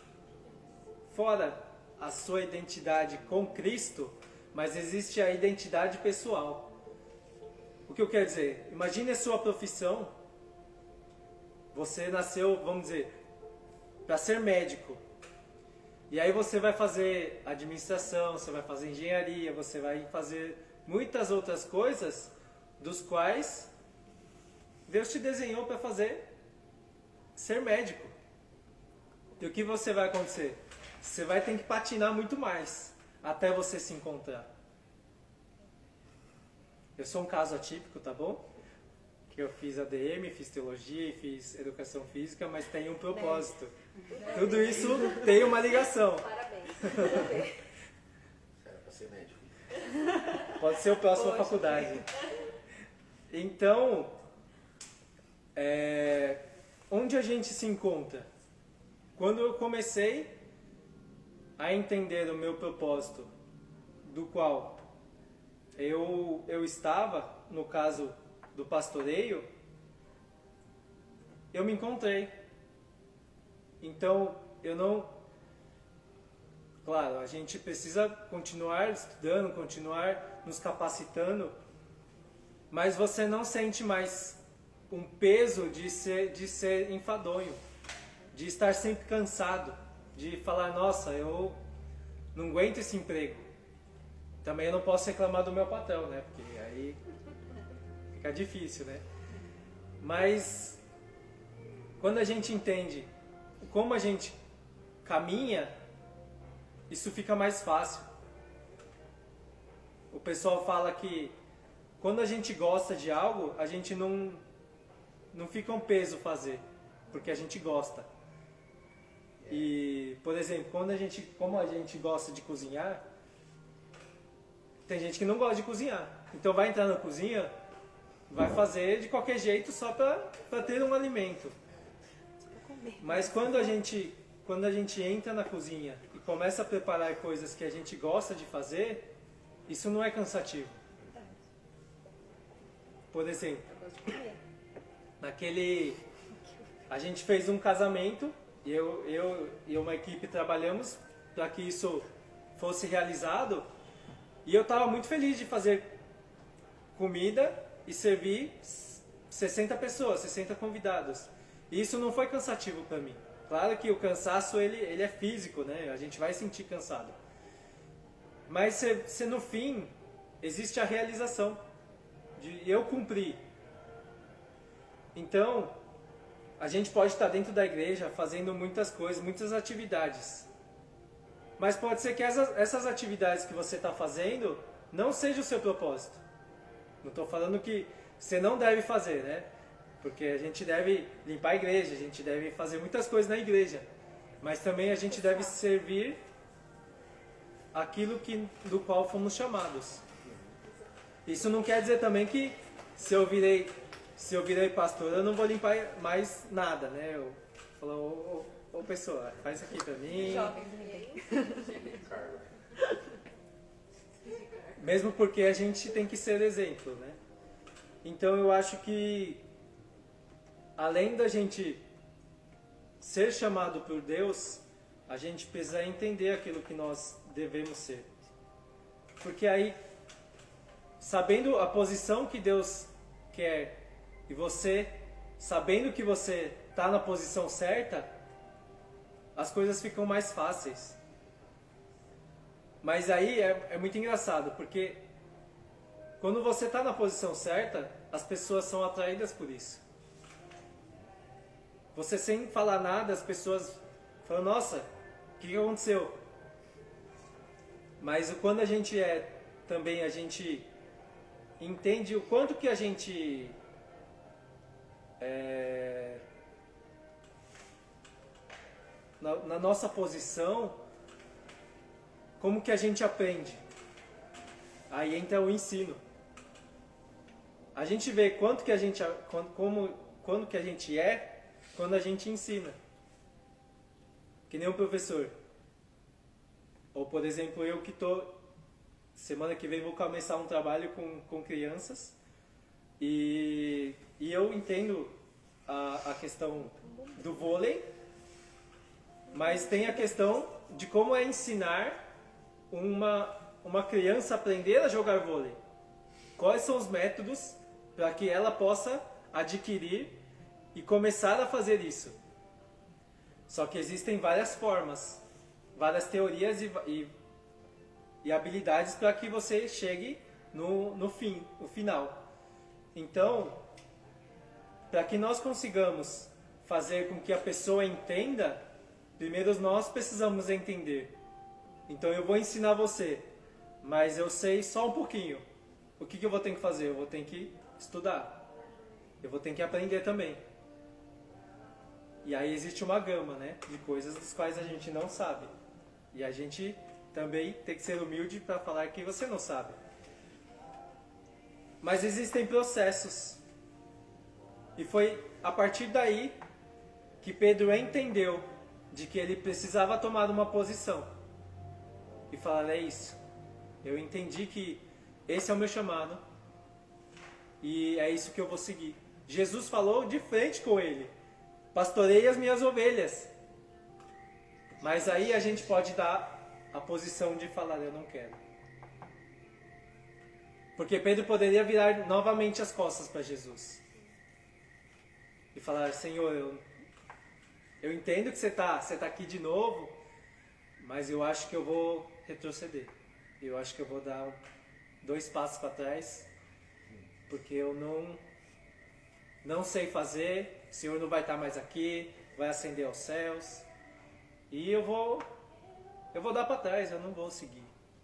fora a sua identidade com Cristo, mas existe a identidade pessoal. O que eu quero dizer? Imagine a sua profissão. Você nasceu, vamos dizer, para ser médico. E aí você vai fazer administração, você vai fazer engenharia, você vai fazer muitas outras coisas dos quais Deus te desenhou para fazer ser médico. E o que você vai acontecer? Você vai ter que patinar muito mais até você se encontrar. Eu sou um caso atípico, tá bom? Que eu fiz ADM, fiz teologia e fiz educação física, mas tem um propósito. Tudo isso tem uma ligação. Parabéns. Era para ser médico. Pode ser a próxima faculdade. Então, onde a gente se encontra? Quando eu comecei a entender o meu propósito, do qual eu estava, no caso do pastoreio, eu me encontrei. Então, eu não... Claro, a gente precisa continuar estudando, continuar nos capacitando, mas você não sente mais um peso de ser enfadonho, de estar sempre cansado, de falar, nossa, eu não aguento esse emprego. Também eu não posso reclamar do meu patrão, né? Porque aí fica difícil, né? Mas quando a gente entende como a gente caminha, isso fica mais fácil. O pessoal fala que quando a gente gosta de algo, a gente não fica um peso fazer, porque a gente gosta. E, por exemplo, como a gente gosta de cozinhar, tem gente que não gosta de cozinhar. Então vai entrar na cozinha, vai fazer de qualquer jeito só para ter um alimento. Mas quando a gente entra na cozinha e começa a preparar coisas que a gente gosta de fazer, isso não é cansativo. Por exemplo, a gente fez um casamento e eu e uma equipe trabalhamos para que isso fosse realizado, e eu estava muito feliz de fazer comida e servir 60 pessoas, 60 convidados. E isso não foi cansativo para mim. Claro que o cansaço ele é físico, né? A gente vai sentir cansado. Mas se no fim existe a realização de eu cumprir. Então, a gente pode estar dentro da igreja fazendo muitas coisas, muitas atividades. Mas pode ser que essas atividades que você está fazendo não seja o seu propósito. Não estou falando que você não deve fazer, né? Porque a gente deve limpar a igreja, a gente deve fazer muitas coisas na igreja. Mas também a gente deve servir aquilo do qual fomos chamados. Isso não quer dizer também que se eu virei pastor, eu não vou limpar mais nada, né? Eu falo, ô pessoa, faz isso aqui pra mim. Mesmo porque a gente tem que ser exemplo, né? Então eu acho que além da gente ser chamado por Deus, a gente precisa entender aquilo que nós devemos ser. Porque aí, sabendo a posição que Deus quer e você sabendo que você está na posição certa, as coisas ficam mais fáceis. Mas aí é muito engraçado, porque quando você está na posição certa, as pessoas são atraídas por isso. Você sem falar nada, as pessoas falam, nossa, o que aconteceu? Mas quando a gente também a gente entende o quanto que a gente na nossa posição, como que a gente aprende? Aí entra o ensino. A gente vê quando que a gente é quando a gente ensina. Que nem um professor. Ou, por exemplo, eu que semana que vem vou começar um trabalho com crianças. E eu entendo a questão do vôlei, mas tem a questão de como é ensinar uma criança a aprender a jogar vôlei. Quais são os métodos para que ela possa adquirir e começar a fazer isso. Só que existem várias formas, várias teorias e habilidades para que você chegue no final. Então, para que nós consigamos fazer com que a pessoa entenda, primeiro nós precisamos entender. Então eu vou ensinar você, mas eu sei só um pouquinho. O que eu vou ter que fazer? Eu vou ter que estudar. Eu vou ter que aprender também. E aí existe uma gama, né, de coisas das quais a gente não sabe. E a gente também tem que ser humilde para falar que você não sabe. Mas existem processos. E foi a partir daí que Pedro entendeu de que ele precisava tomar uma posição. E falar, é isso. Eu entendi que esse é o meu chamado. E é isso que eu vou seguir. Jesus falou de frente com ele. Pastorei as minhas ovelhas. Mas aí a gente pode dar a posição de falar, eu não quero. Porque Pedro poderia virar novamente as costas para Jesus. E falar, Senhor, eu entendo que você tá aqui de novo, mas eu acho que eu vou retroceder. Eu acho que eu vou dar 2 passos para trás, porque eu não sei fazer, o Senhor não vai estar mais aqui, vai ascender aos céus, e eu vou dar para trás, eu não vou seguir.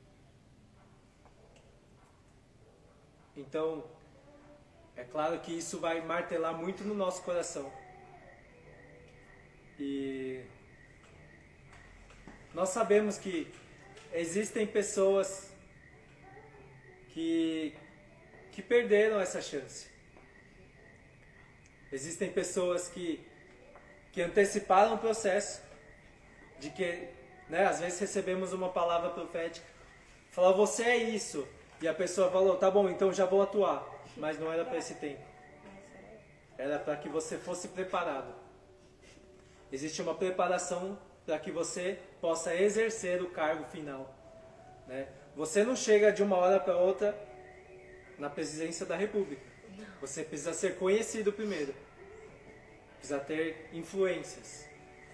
Então, é claro que isso vai martelar muito no nosso coração. E nós sabemos que existem pessoas que perderam essa chance. Existem pessoas que anteciparam o processo, de que, né, às vezes recebemos uma palavra profética, fala, você é isso, e a pessoa falou, tá bom, então já vou atuar, mas não era para esse tempo, era para que você fosse preparado. Existe uma preparação para que você possa exercer o cargo final, né? Você não chega de uma hora para outra na presidência da República. Você precisa ser conhecido primeiro. Precisa ter influências.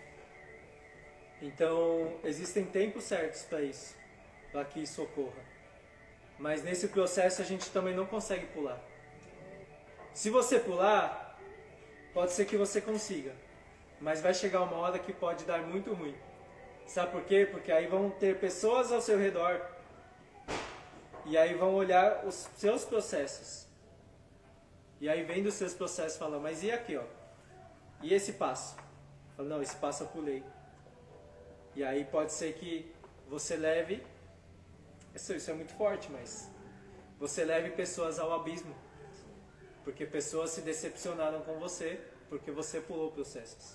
Então, existem tempos certos para isso, para que isso ocorra. Mas nesse processo a gente também não consegue pular. Se você pular, pode ser que você consiga. Mas vai chegar uma hora que pode dar muito ruim. Sabe por quê? Porque aí vão ter pessoas ao seu redor e aí vão olhar os seus processos. E aí vem dos seus processos falando, mas e aqui, ó? E esse passo? Fala, não, esse passo eu pulei. E aí pode ser que você leve, isso é muito forte, mas você leve pessoas ao abismo. Porque pessoas se decepcionaram com você, porque você pulou processos.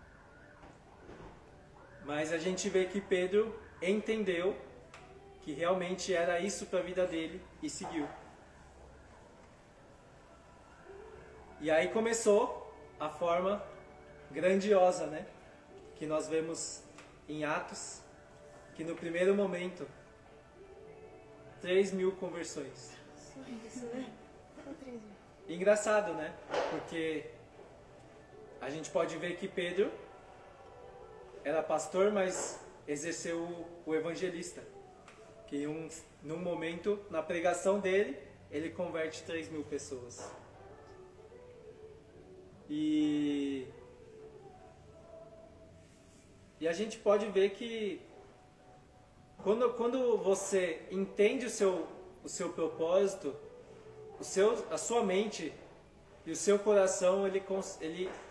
Mas a gente vê que Pedro entendeu que realmente era isso para a vida dele e seguiu. E aí começou a forma grandiosa, né? Que nós vemos em Atos, que no primeiro momento, 3.000 conversões. Engraçado, né? Porque a gente pode ver que Pedro era pastor, mas exerceu o evangelista. Que num momento, na pregação dele, ele converte 3.000 pessoas. E a gente pode ver que quando você entende o seu propósito, a sua mente e o seu coração, ele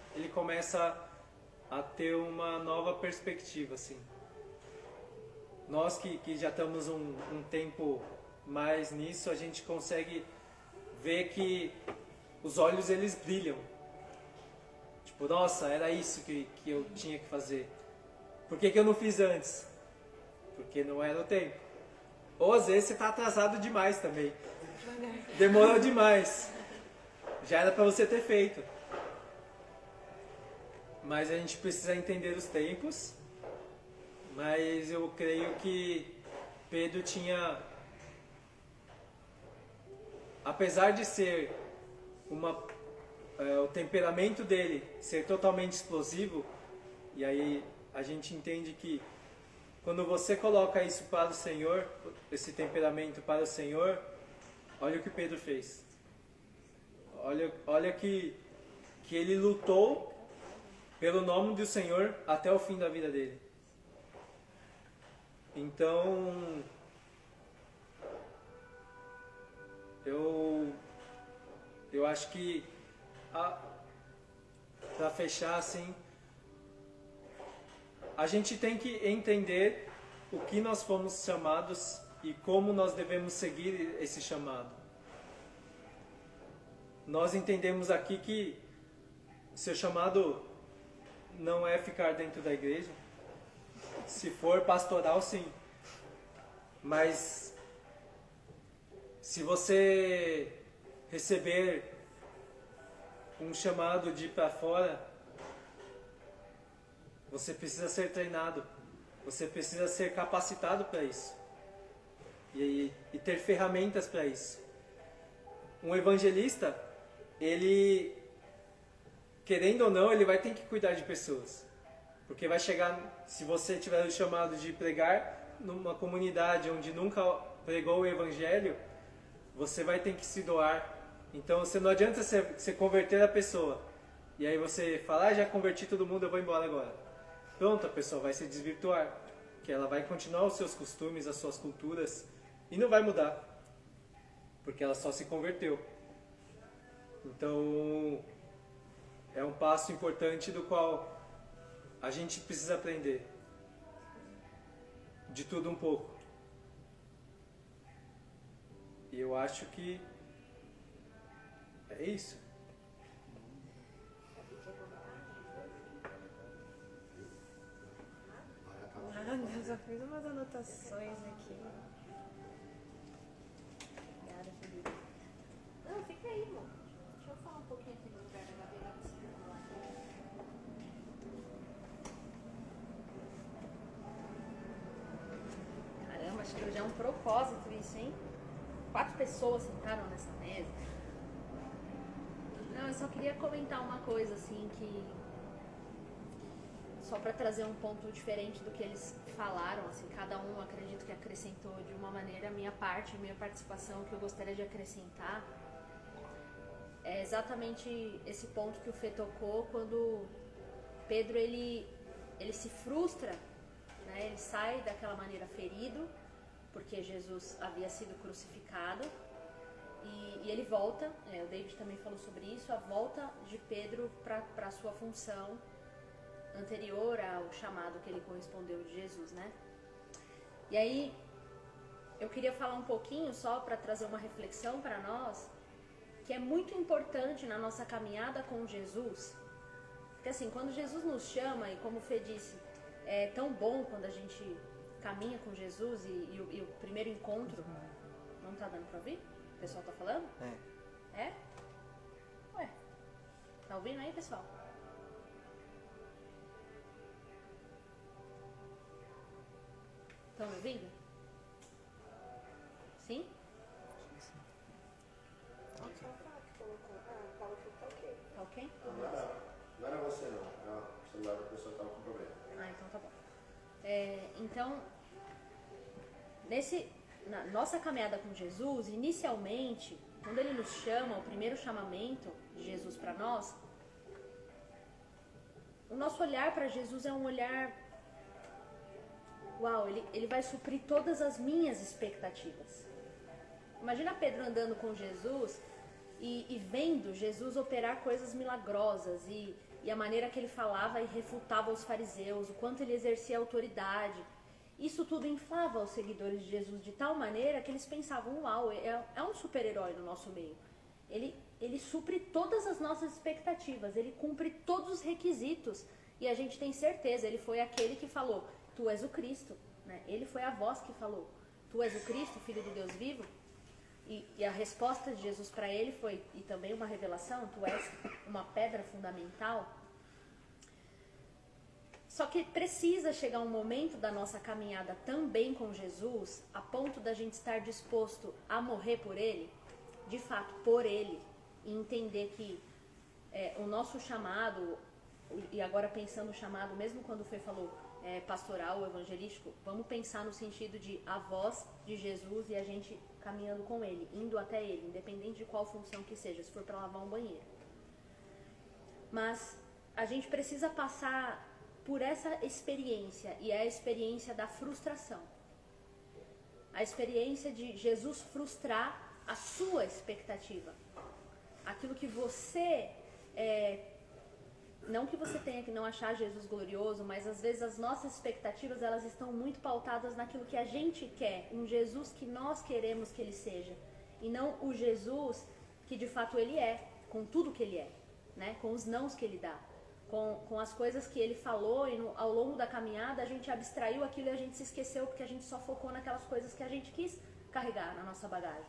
começa a ter uma nova perspectiva, assim. nós que já estamos um tempo mais nisso, a gente consegue ver que os olhos eles brilham. Tipo, nossa, era isso que eu tinha que fazer. Por que eu não fiz antes? Porque não era o tempo. Ou às vezes você está atrasado demais também. Demorou demais. Já era para você ter feito. Mas a gente precisa entender os tempos. Mas eu creio que Pedro tinha, apesar de ser o temperamento dele ser totalmente explosivo, e aí a gente entende que quando você coloca isso para o Senhor, esse temperamento para o Senhor, olha o que Pedro fez. Olha que ele lutou pelo nome do Senhor até o fim da vida dele. Então, eu acho que, para fechar assim, a gente tem que entender o que nós fomos chamados e como nós devemos seguir esse chamado. Nós entendemos aqui que o seu chamado não é ficar dentro da igreja. Se for pastoral, sim. Mas se você receber um chamado de ir para fora, você precisa ser treinado. Você precisa ser capacitado para isso. E ter ferramentas para isso. Um evangelista, ele, querendo ou não, ele vai ter que cuidar de pessoas. Porque vai chegar, se você tiver o chamado de pregar numa comunidade onde nunca pregou o evangelho, você vai ter que se doar. Então você não adianta você converter a pessoa. E aí você fala, já converti todo mundo, eu vou embora agora. Pronto, a pessoa vai se desvirtuar. Que ela vai continuar os seus costumes, as suas culturas, e não vai mudar. Porque ela só se converteu. Então, é um passo importante do qual a gente precisa aprender. De tudo um pouco. E eu acho que é isso. Eu só fiz umas anotações aqui. Obrigada, Felipe. Não, fica aí, irmão. Deixa eu falar um pouquinho aqui no lugar da Gabi. Caramba, acho que hoje é um propósito isso, hein? 4 pessoas sentaram nessa mesa. Não, eu só queria comentar uma coisa, assim, que... Só para trazer um ponto diferente do que eles falaram, assim, cada um acredito que acrescentou de uma maneira a minha parte, a minha participação, que eu gostaria de acrescentar. É exatamente esse ponto que o Fê tocou, quando Pedro, ele se frustra, né? Ele sai daquela maneira ferido, porque Jesus havia sido crucificado, e ele volta, o David também falou sobre isso, a volta de Pedro para a sua função anterior ao chamado que ele correspondeu de Jesus, né? E aí, eu queria falar um pouquinho só para trazer uma reflexão para nós, que é muito importante na nossa caminhada com Jesus, porque assim, quando Jesus nos chama, e como o Fê disse, é tão bom quando a gente caminha com Jesus e o primeiro encontro, não tá dando para ouvir? O pessoal tá falando? É? Ué, tá ouvindo aí, pessoal? Estão me ouvindo? Sim? Tá ok? Não era você não. O celular da pessoa estava com problema. Ah, então tá bom. Então, na nossa caminhada com Jesus, inicialmente, quando ele nos chama, o primeiro chamamento de Jesus para nós, o nosso olhar para Jesus é um olhar... Uau, ele vai suprir todas as minhas expectativas. Imagina Pedro andando com Jesus e vendo Jesus operar coisas milagrosas e a maneira que ele falava e refutava os fariseus, o quanto ele exercia autoridade. isso tudo inflava os seguidores de Jesus de tal maneira que eles pensavam, uau, é um super-herói no nosso meio. Ele supre todas as nossas expectativas, ele cumpre todos os requisitos. E a gente tem certeza, ele foi aquele que falou, tu és o Cristo, né? Ele foi a voz que falou, tu és o Cristo, Filho do Deus vivo. E a resposta de Jesus para ele foi, e também uma revelação, tu és uma pedra fundamental. Só que precisa chegar um momento da nossa caminhada também com Jesus, a ponto da gente estar disposto a morrer por ele, de fato, por ele, e entender que o nosso chamado, e agora pensando no chamado, mesmo quando o Fê falou pastoral, evangelístico, vamos pensar no sentido de a voz de Jesus e a gente caminhando com ele, indo até ele, independente de qual função que seja, se for para lavar um banheiro. Mas a gente precisa passar por essa experiência, e é a experiência da frustração. A experiência de Jesus frustrar a sua expectativa. Aquilo que você não que você tenha que não achar Jesus glorioso, mas às vezes as nossas expectativas, elas estão muito pautadas naquilo que a gente quer, um Jesus que nós queremos que ele seja, e não o Jesus que de fato ele é, com tudo que ele é, né? Com os nãos que ele dá, com as coisas que ele falou, e ao longo da caminhada a gente abstraiu aquilo e a gente se esqueceu porque a gente só focou naquelas coisas que a gente quis carregar na nossa bagagem.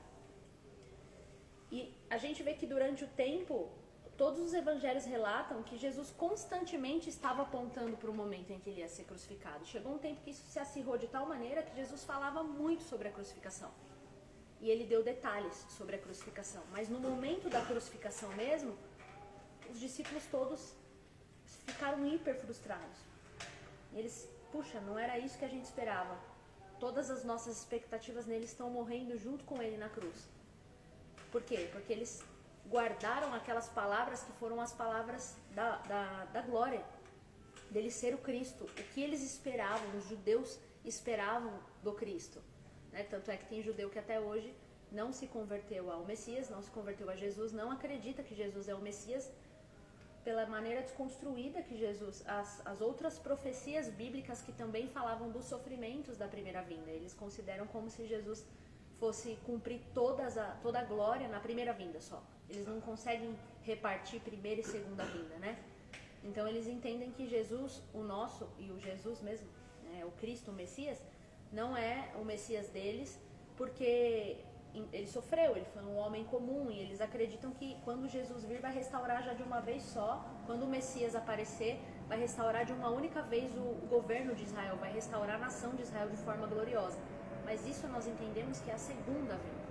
E a gente vê que durante o tempo, todos os evangelhos relatam que Jesus constantemente estava apontando para o momento em que ele ia ser crucificado. Chegou um tempo que isso se acirrou de tal maneira que Jesus falava muito sobre a crucificação. E ele deu detalhes sobre a crucificação. Mas no momento da crucificação mesmo, os discípulos todos ficaram hiper frustrados. E eles, puxa, não era isso que a gente esperava. Todas as nossas expectativas nele estão morrendo junto com ele na cruz. Por quê? Porque eles guardaram aquelas palavras que foram as palavras da glória, dele ser o Cristo, o que eles esperavam, os judeus esperavam do Cristo, né? Tanto é que tem judeu que até hoje não se converteu ao Messias, não se converteu a Jesus, não acredita que Jesus é o Messias, pela maneira desconstruída que Jesus, as outras profecias bíblicas que também falavam dos sofrimentos da primeira vinda, eles consideram como se Jesus fosse cumprir toda a glória na primeira vinda só. Eles não conseguem repartir primeira e segunda vinda, né? Então eles entendem que Jesus, o nosso, e o Jesus mesmo, né, o Cristo, o Messias, não é o Messias deles, porque ele sofreu, ele foi um homem comum, e eles acreditam que quando Jesus vir vai restaurar já de uma vez só, quando o Messias aparecer, vai restaurar de uma única vez o governo de Israel, vai restaurar a nação de Israel de forma gloriosa. Mas isso nós entendemos que é a segunda vinda.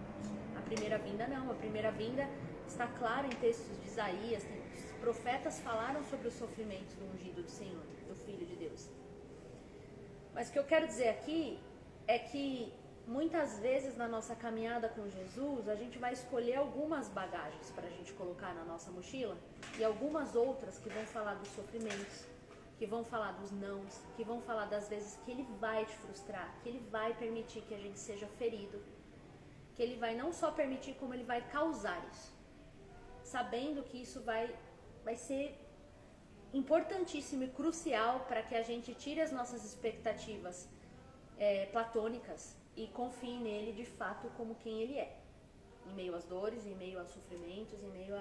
A primeira vinda não, a primeira vinda está claro em textos de Isaías, os profetas falaram sobre os sofrimentos do ungido do Senhor, do Filho de Deus. Mas o que eu quero dizer aqui é que muitas vezes na nossa caminhada com Jesus, a gente vai escolher algumas bagagens para a gente colocar na nossa mochila e algumas outras que vão falar dos sofrimentos, que vão falar dos nãos, que vão falar das vezes que ele vai te frustrar, que ele vai permitir que a gente seja ferido, que ele vai não só permitir, como ele vai causar isso, sabendo que isso vai ser importantíssimo e crucial para que a gente tire as nossas expectativas platônicas e confie nele de fato como quem ele é, em meio às dores, em meio aos sofrimentos, em meio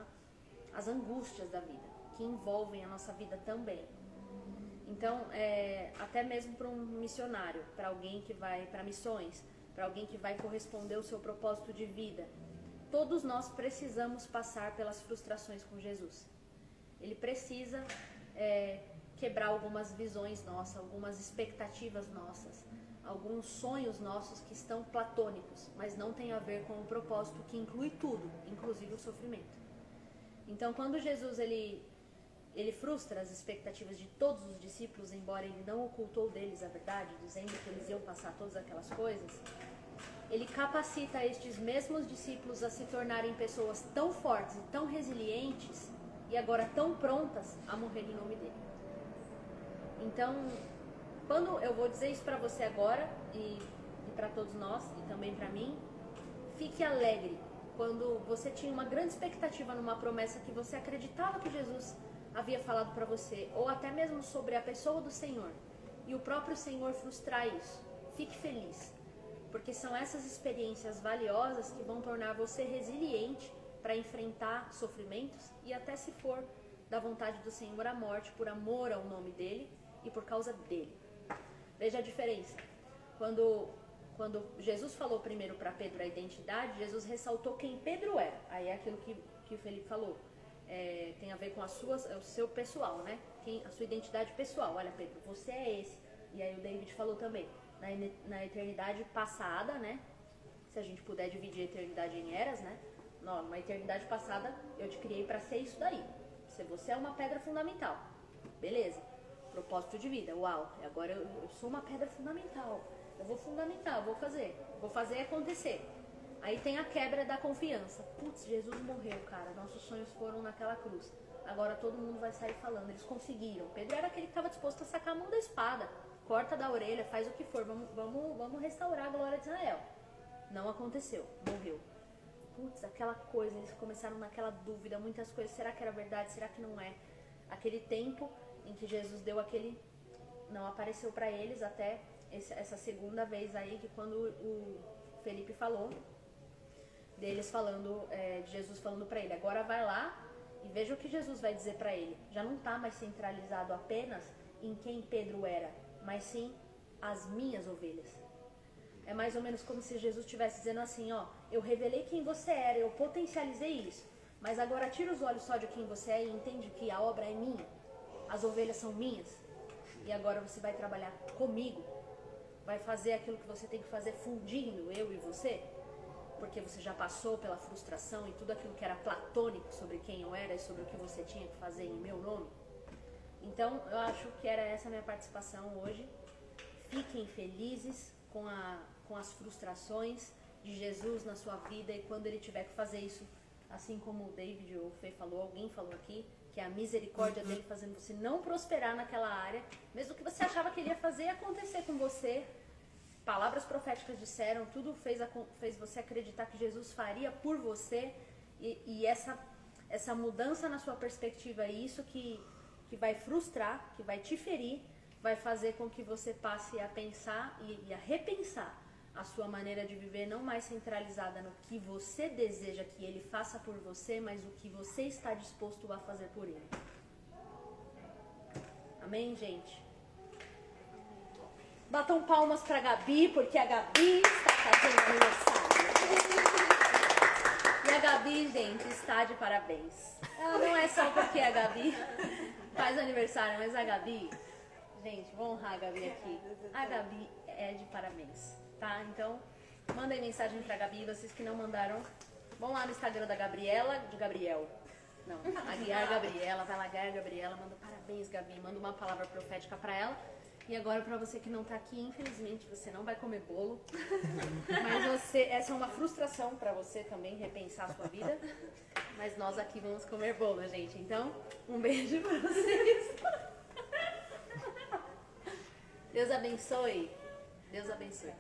às angústias da vida, que envolvem a nossa vida também. Então, até mesmo para um missionário, para alguém que vai para missões, para alguém que vai corresponder ao seu propósito de vida, todos nós precisamos passar pelas frustrações com Jesus. Ele precisa quebrar algumas visões nossas, algumas expectativas nossas, alguns sonhos nossos que estão platônicos, mas não tem a ver com o propósito que inclui tudo, inclusive o sofrimento. Então, quando Jesus ele frustra as expectativas de todos os discípulos, embora ele não ocultou deles a verdade, dizendo que eles iam passar todas aquelas coisas, ele capacita estes mesmos discípulos a se tornarem pessoas tão fortes e tão resilientes e agora tão prontas a morrer em nome dele. Então, quando eu vou dizer isso para você agora e para todos nós e também para mim, fique alegre quando você tinha uma grande expectativa numa promessa que você acreditava que Jesus havia falado para você, ou até mesmo sobre a pessoa do Senhor, e o próprio Senhor frustrar isso. Fique feliz, porque são essas experiências valiosas que vão tornar você resiliente para enfrentar sofrimentos e até, se for da vontade do Senhor, a morte, por amor ao nome dele e por causa dele. Veja a diferença. Quando Jesus falou primeiro para Pedro a identidade, Jesus ressaltou quem Pedro era. Aí é aquilo que o Felipe falou. Tem a ver com o seu pessoal, né? A sua identidade pessoal. Olha, Pedro, você é esse. E aí o David falou também. Na eternidade passada, né? Se a gente puder dividir a eternidade em eras, né? Numa eternidade passada, eu te criei para ser isso daí. Você é uma pedra fundamental. Beleza. Propósito de vida. Uau. Agora eu sou uma pedra fundamental. Eu vou fundamentar, eu vou fazer. Vou fazer acontecer. Aí tem a quebra da confiança. Putz, Jesus morreu, cara. Nossos sonhos foram naquela cruz. Agora todo mundo vai sair falando. Eles conseguiram. Pedro era aquele que estava disposto a sacar a mão da espada. Corta da orelha, faz o que for. Vamos restaurar a glória de Israel. Não aconteceu. Morreu. Putz, aquela coisa. Eles começaram naquela dúvida. Muitas coisas. Será que era verdade? Será que não é? Aquele tempo em que Jesus deu aquele... Não apareceu para eles até essa segunda vez aí, que quando o Felipe falou, deles falando, de Jesus falando para ele, agora vai lá e veja o que Jesus vai dizer para ele. Já não está mais centralizado apenas em quem Pedro era, mas sim as minhas ovelhas. É mais ou menos como se Jesus estivesse dizendo assim, ó, eu revelei quem você era, eu potencializei isso, mas agora tira os olhos só de quem você é e entende que a obra é minha, as ovelhas são minhas, e agora você vai trabalhar comigo, vai fazer aquilo que você tem que fazer fundindo eu e você, porque você já passou pela frustração e tudo aquilo que era platônico sobre quem eu era e sobre o que você tinha que fazer em meu nome. Então, eu acho que era essa a minha participação hoje. Fiquem felizes com as frustrações de Jesus na sua vida, e quando ele tiver que fazer isso, assim como o David ou o Fê falou, alguém falou aqui, que é a misericórdia dele fazendo você não prosperar naquela área, mesmo que você achava que ele ia fazer acontecer com você. Palavras proféticas disseram, tudo fez você acreditar que Jesus faria por você, e essa mudança na sua perspectiva, isso que vai frustrar, que vai te ferir, vai fazer com que você passe a pensar e a repensar a sua maneira de viver, não mais centralizada no que você deseja que ele faça por você, mas o que você está disposto a fazer por ele. Amém, gente? Batam palmas pra Gabi, porque a Gabi está fazendo aniversário. E a Gabi, gente, está de parabéns. Ela não é só porque a Gabi faz aniversário, mas a Gabi, gente, vou honrar a Gabi aqui. A Gabi é de parabéns, tá? Então, mandem mensagem pra Gabi, vocês que não mandaram, vão lá no Instagram da Gabriela, de Gabriel. Não, Aguiar Gabriela, vai lá, Aguiar Gabriela, manda parabéns, Gabi, manda uma palavra profética pra ela. E agora, pra você que não tá aqui, infelizmente você não vai comer bolo, mas essa é uma frustração pra você também, repensar a sua vida, mas nós aqui vamos comer bolo, gente. Então, um beijo pra vocês. Deus abençoe. Deus abençoe.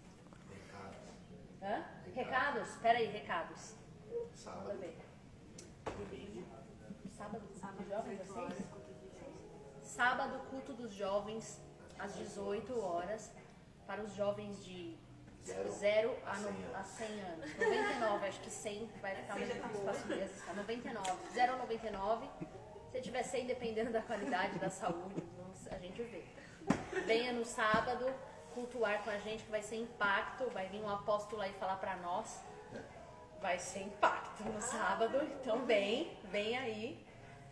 Hã? Recados? Peraí, recados. Sábado. Domingo. Sábado, jovens, vocês? Sábado, culto dos jovens, às 18 horas, para os jovens de 0 a 100 anos. 99, acho que 100 vai ficar muito difícil. 99, 0 a 99. Se tiver 100, dependendo da qualidade, da saúde, a gente vê. Venha no sábado cultuar com a gente, que vai ser impacto. Vai vir um apóstolo aí falar para nós. Vai ser impacto no sábado, então vem aí.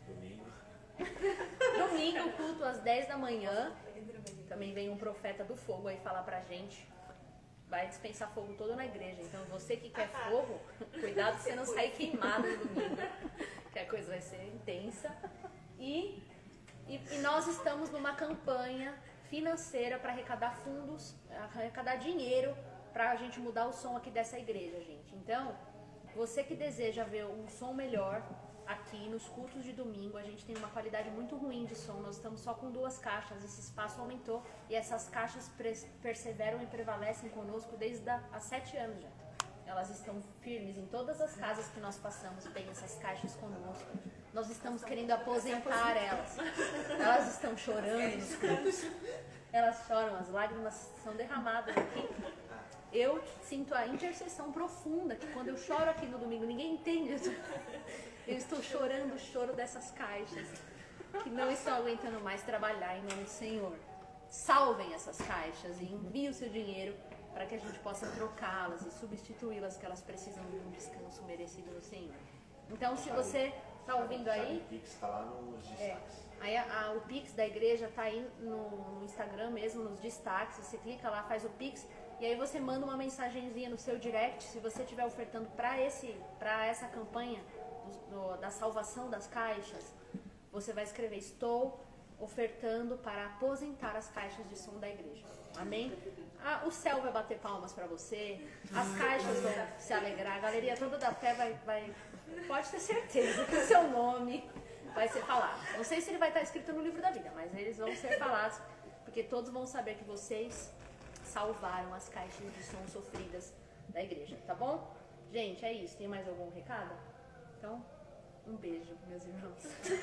Domingo, culto às 10 da manhã. Também vem um profeta do fogo aí falar pra gente. Vai dispensar fogo todo na igreja. Então você que quer fogo, cuidado pra você não sair queimado no domingo, que a coisa vai ser intensa. E nós estamos numa campanha financeira para arrecadar fundos, arrecadar dinheiro pra gente mudar o som aqui dessa igreja, gente. Então, você que deseja ver um som melhor aqui nos cultos de domingo, a gente tem uma qualidade muito ruim de som, nós estamos só com 2 caixas, esse espaço aumentou e essas caixas perseveram e prevalecem conosco desde há 7 anos já. Elas estão firmes em todas as casas que nós passamos, bem essas caixas conosco. Nós estamos querendo aposentar elas. Elas estão chorando nos cultos. Elas choram, as lágrimas são derramadas aqui. Eu sinto a intercessão profunda, que quando eu choro aqui no domingo, ninguém entende. Eu estou chorando o choro dessas caixas, que não estão aguentando mais trabalhar em nome do Senhor. Salvem essas caixas e enviem o seu dinheiro para que a gente possa trocá-las e substituí-las, que elas precisam de um descanso merecido no Senhor. Então, se você está ouvindo aí... O Pix está lá nos destaques. Aí o Pix da igreja está aí no Instagram mesmo, nos destaques. Você clica lá, faz o Pix e aí você manda uma mensagenzinha no seu direct. Se você estiver ofertando para essa campanha da salvação das caixas, você vai escrever: estou ofertando para aposentar as caixas de som da igreja. Amém? O céu vai bater palmas para você, as caixas vão se alegrar, a galeria toda da fé vai pode ter certeza que o seu nome vai ser falado. Não sei se ele vai estar escrito no livro da vida, mas eles vão ser falados, porque todos vão saber que vocês salvaram as caixas de som sofridas da igreja, tá bom? Gente, é isso. Tem mais algum recado? Então, um beijo, meus irmãos.